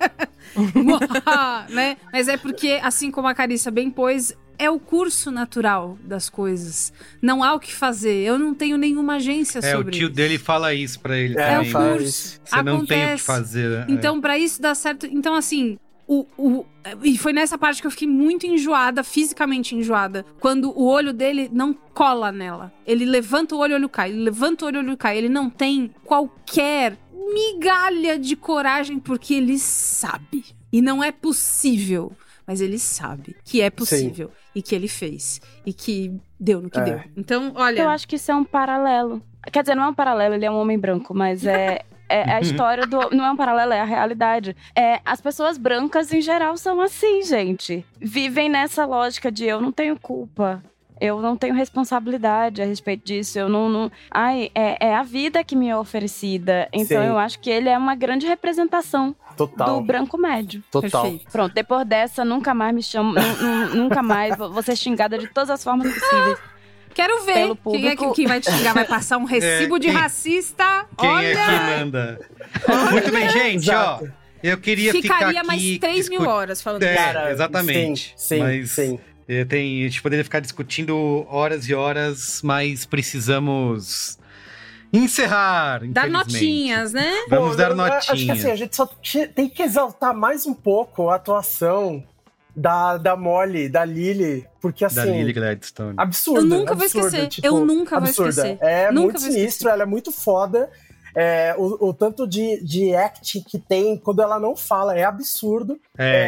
H: né? Mas é porque, assim como a Carissa bem pôs, é o curso natural das coisas. Não há o que fazer. Eu não tenho nenhuma agência sobre isso.
G: O tio dele fala isso pra ele também.
H: É o curso.
G: Você não tem o que fazer.
H: Então, pra isso dar certo... Então, assim... E foi nessa parte que eu fiquei muito enjoada, fisicamente enjoada, quando o olho dele não cola nela. Ele levanta o olho cai, ele levanta o olho cai. Ele não tem qualquer migalha de coragem, porque ele sabe. E não é possível, mas ele sabe que é possível. Sim. E que ele fez. E que deu no que deu. Então, olha...
L: Eu acho que isso é um paralelo. Quer dizer, não é um paralelo, ele é um homem branco, mas é a história do... Não é um paralelo, é a realidade. As pessoas brancas, em geral, são assim, gente. Vivem nessa lógica de eu não tenho culpa. Eu não tenho responsabilidade a respeito disso. Eu não... é a vida que me é oferecida. Então, eu acho que ele é uma grande representação do branco médio.
J: Total.
L: Perfeito. Pronto, depois dessa, nunca mais me chamo... nunca mais. Vou ser xingada de todas as formas possíveis.
H: Quero ver quem vai te xingar. Vai passar um recibo de racista.
G: Quem
H: Olha!
G: é que manda? Muito bem, gente, ó. Eu queria ficar aqui...
H: Ficaria mais 3 mil horas falando
J: Cara,
G: exatamente.
J: Sim.
G: A gente poderia ficar discutindo horas e horas, mas precisamos encerrar,
H: dar notinhas, né?
G: Vamos dar notinhas.
J: Acho que assim, a gente só tem que exaltar mais um pouco a atuação da Molly, da Lily, porque assim...
G: Da Lily Gladstone.
J: Absurda.
H: Eu nunca vou
J: absurda,
H: esquecer.
J: Tipo,
H: eu nunca vou
J: absurda.
H: esquecer.
J: É
H: nunca
J: muito sinistro,
H: esquecer.
J: ela é muito foda. O tanto de acting que tem quando ela não fala é absurdo.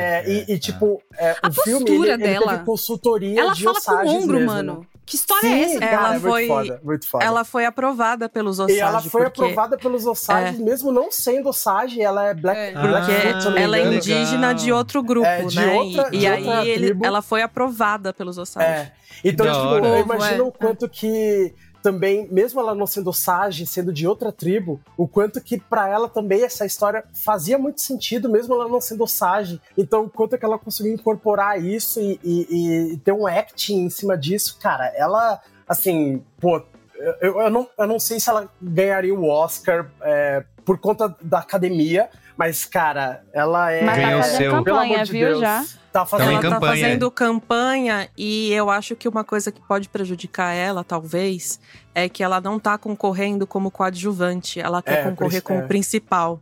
J: O filme, ele teve consultoria
H: ela
J: de
H: fala com o ombro,
J: mesmo,
H: mano.
J: né?
H: Que história é essa?
J: Cara, muito foda.
I: Ela foi aprovada pelos Osage.
J: E ela foi aprovada pelos Osage, mesmo não sendo Osage, ela é Black.
I: Porque ela é indígena de outro grupo, né? E aí ela foi aprovada pelos Osage.
J: Então, eu imagino o quanto que também, mesmo ela não sendo Osage, sendo de outra tribo, o quanto que pra ela também essa história fazia muito sentido, mesmo ela não sendo Osage. Então, o quanto que ela conseguiu incorporar isso e ter um acting em cima disso, cara, ela, assim, pô, eu não sei se ela ganharia o Oscar por conta da academia, mas, cara, ela é...
L: Ganhou o seu. Campanha, pelo amor de Deus. Já?
J: Ela
I: tá fazendo campanha e eu acho que uma coisa que pode prejudicar ela, talvez, é que ela não tá concorrendo como coadjuvante. Ela quer concorrer como principal.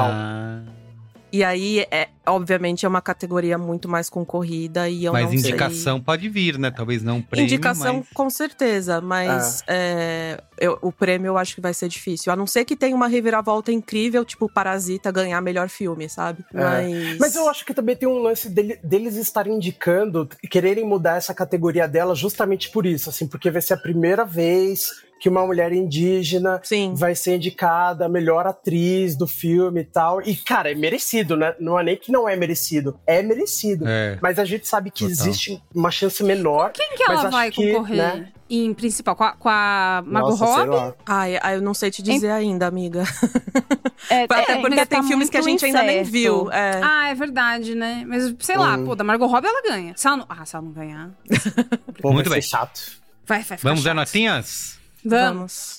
I: E aí, obviamente, é uma categoria muito mais concorrida e eu não sei...
G: Mas indicação pode vir, né? Talvez não prêmio,
I: indicação, com certeza, mas o prêmio eu acho que vai ser difícil. A não ser que tenha uma reviravolta incrível, tipo Parasita ganhar melhor filme, sabe?
J: Mas eu acho que também tem um lance deles estarem indicando, quererem mudar essa categoria dela justamente por isso, assim, porque vai ser a primeira vez que uma mulher indígena vai ser indicada a melhor atriz do filme e tal. E, cara, é merecido, né? Não é nem que não é merecido. É merecido. Mas a gente sabe que existe uma chance menor.
H: Quem que ela vai concorrer, né? Em principal? Com a Margot Robbie?
I: Eu não sei te dizer ainda, amiga. Até porque tem filmes que a gente ainda nem viu.
H: É verdade, né? Mas, sei lá, da Margot Robbie ela ganha. Se ela não ganhar...
G: Muito bem.
J: Chato.
H: Vai ficar
G: Vamos dar
H: chato.
G: notinhas?
H: Vamos.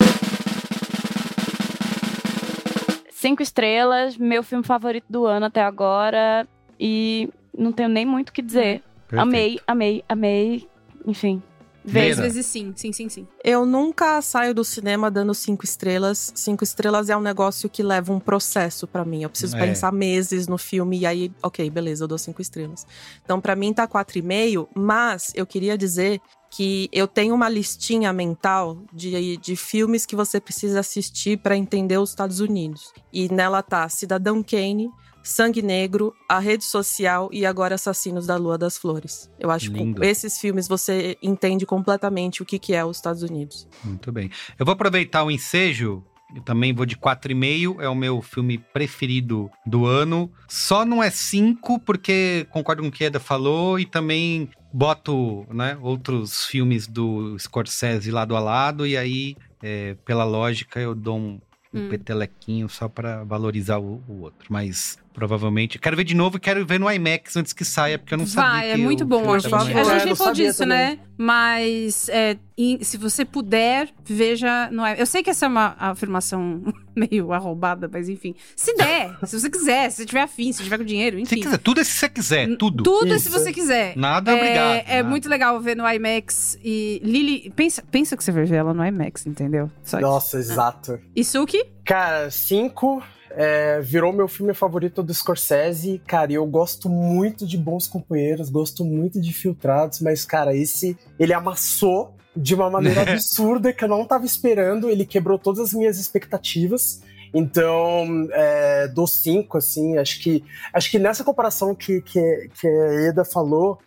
L: 5 estrelas, meu filme favorito do ano até agora. E não tenho nem muito o que dizer.
G: Perfeito.
L: Amei. Enfim.
H: Às vezes sim.
I: Eu nunca saio do cinema dando 5 estrelas. 5 estrelas é um negócio que leva um processo pra mim. Eu preciso pensar meses no filme e aí, ok, beleza, eu dou 5 estrelas. Então, pra mim tá 4,5, mas eu queria dizer que eu tenho uma listinha mental de filmes que você precisa assistir pra entender os Estados Unidos. E nela tá Cidadão Kane, Sangue Negro, A Rede Social e agora Assassinos da Lua das Flores. Eu acho que com esses filmes você entende completamente o que é os Estados Unidos.
G: Muito bem. Eu vou aproveitar o ensejo. Eu também vou de 4,5, é o meu filme preferido do ano. Só não é 5, porque concordo com o que a Eda falou, e também boto, né, outros filmes do Scorsese lado a lado, e aí, pela lógica, eu dou um petelequinho só pra valorizar o outro. Mas provavelmente, quero ver de novo e quero ver no IMAX antes que saia, porque eu não sabia.
H: É muito bom. A gente nem falou disso,
J: também,
H: né? Mas se você puder, veja no IMAX. Eu sei que essa é uma afirmação meio arrombada, mas enfim. Se der, se você quiser, se você tiver afim, se tiver com dinheiro, enfim.
G: Se quiser, tudo é se você quiser, tudo.
H: Tudo é se você quiser.
G: Nada, obrigado.
H: É muito legal ver no IMAX. E Lily, pensa que você vai ver ela no IMAX, entendeu?
J: Nossa, exato.
H: E Suki?
J: Cara, 5... virou meu filme favorito do Scorsese. Cara, eu gosto muito de Bons Companheiros, gosto muito de Filtrados, mas, cara, ele amassou de uma maneira absurda que eu não tava esperando. Ele quebrou todas as minhas expectativas. Então, dou 5, assim. Acho que nessa comparação que a Eda falou,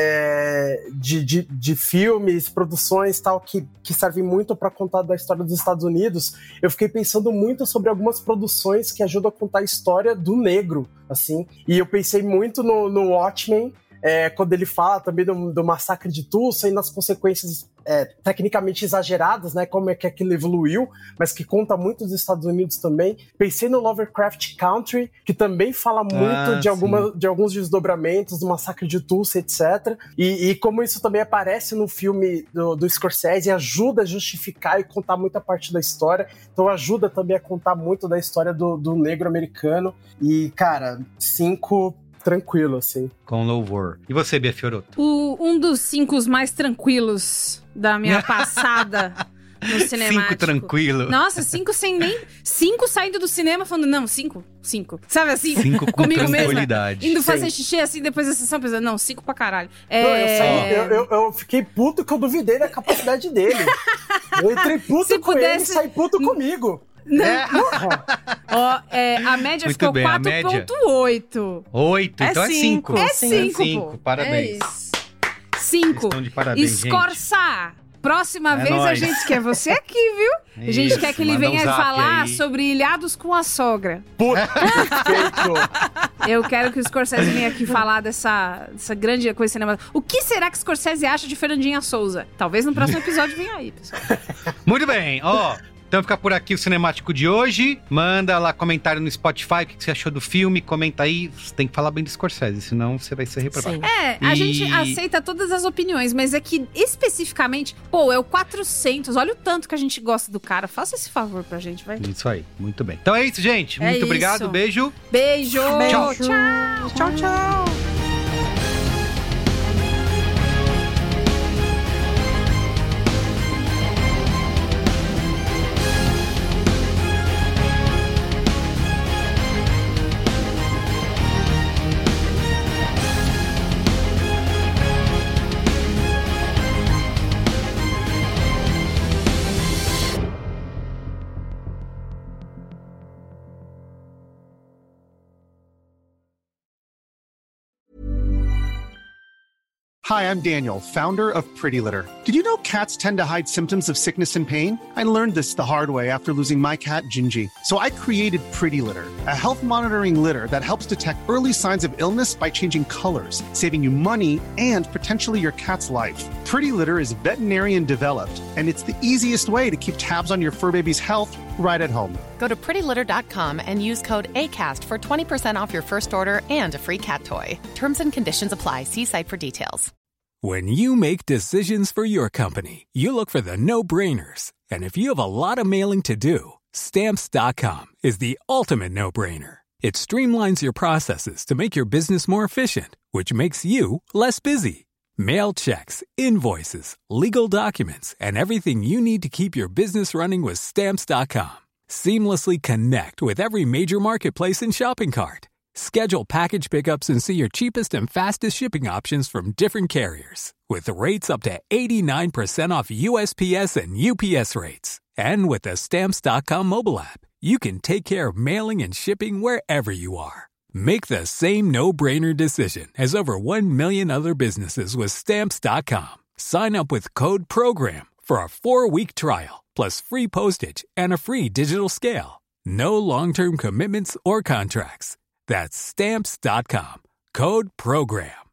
J: de filmes, produções tal, que servem muito para contar da história dos Estados Unidos, eu fiquei pensando muito sobre algumas produções que ajudam a contar a história do negro, assim, e eu pensei muito no Watchmen, quando ele fala também do massacre de Tulsa e nas consequências tecnicamente exageradas, né, como é que aquilo evoluiu, mas que conta muito dos Estados Unidos também. Pensei no Lovecraft Country, que também fala muito de alguns desdobramentos do massacre de Tulsa, etc. E como isso também aparece no filme do Scorsese, ajuda a justificar e contar muita parte da história, então ajuda também a contar muito da história do negro americano. E, cara, 5... tranquilo, assim.
G: Com louvor. E você, Bia Fiorotto?
H: Um dos 5 mais tranquilos da minha passada no cinemático.
G: 5 tranquilo.
H: Nossa, 5 sem nem... 5 saindo do cinema falando, não, 5. Sabe assim?
G: 5 com
H: comigo
G: tranquilidade.
H: Mesma, indo fazer xixi assim depois da sessão, pensando, não, 5 pra caralho.
J: Eu fiquei puto que eu duvidei da capacidade dele. Eu entrei puto com ele e saí puto comigo.
H: Não. A média ficou 4.8.
G: 8, então é 5.
H: É 5,
G: parabéns.
H: 5.
G: Estão de parabéns,
H: Escorça. Próxima vez
G: nóis.
H: a gente quer você aqui, viu? A gente quer que ele venha falar aí sobre Ilhados com a Sogra.
J: Puta,
H: eu quero que o Scorsese venha aqui falar dessa grande coisa cinematográfica. O que será que o Scorsese acha de Fernandinha Souza? Talvez no próximo episódio venha aí, pessoal.
G: Muito bem, então fica por aqui o Cinemático de hoje. Manda lá comentário no Spotify o que você achou do filme. Comenta aí. Você tem que falar bem do Scorsese, senão você vai ser reprovado.
H: A gente aceita todas as opiniões, mas é que especificamente, é o 400. Olha o tanto que a gente gosta do cara. Faça esse favor pra gente, vai.
G: Isso aí, muito bem. Então é isso, gente. Muito obrigado, beijo.
H: Beijo.
G: Tchau.
H: Tchau.
S: Hi, I'm Daniel, founder of Pretty Litter. Did you know cats tend to hide symptoms of sickness and pain? I learned this the hard way after losing my cat, Gingy. So I created Pretty Litter, a health monitoring litter that helps detect early signs of illness by changing colors, saving you money and potentially your cat's life. Pretty Litter is veterinarian developed, and it's the easiest way to keep tabs on your fur baby's health right at home.
T: Go to prettylitter.com and use code ACAST for 20% off your first order and a free cat toy. Terms and conditions apply. See site for details.
U: When you make decisions for your company, you look for the no-brainers. And if you have a lot of mailing to do, Stamps.com is the ultimate no-brainer. It streamlines your processes to make your business more efficient, which makes you less busy. Mail checks, invoices, legal documents, and everything you need to keep your business running with Stamps.com. Seamlessly connect with every major marketplace and shopping cart. Schedule package pickups and see your cheapest and fastest shipping options from different carriers. With rates up to 89% off USPS and UPS rates. And with the Stamps.com mobile app, you can take care of mailing and shipping wherever you are. Make the same no-brainer decision as over 1 million other businesses with Stamps.com. Sign up with code PROGRAM for a 4-week trial, plus free postage and a free digital scale. No long-term commitments or contracts. That's Stamps.com. Code PROGRAM.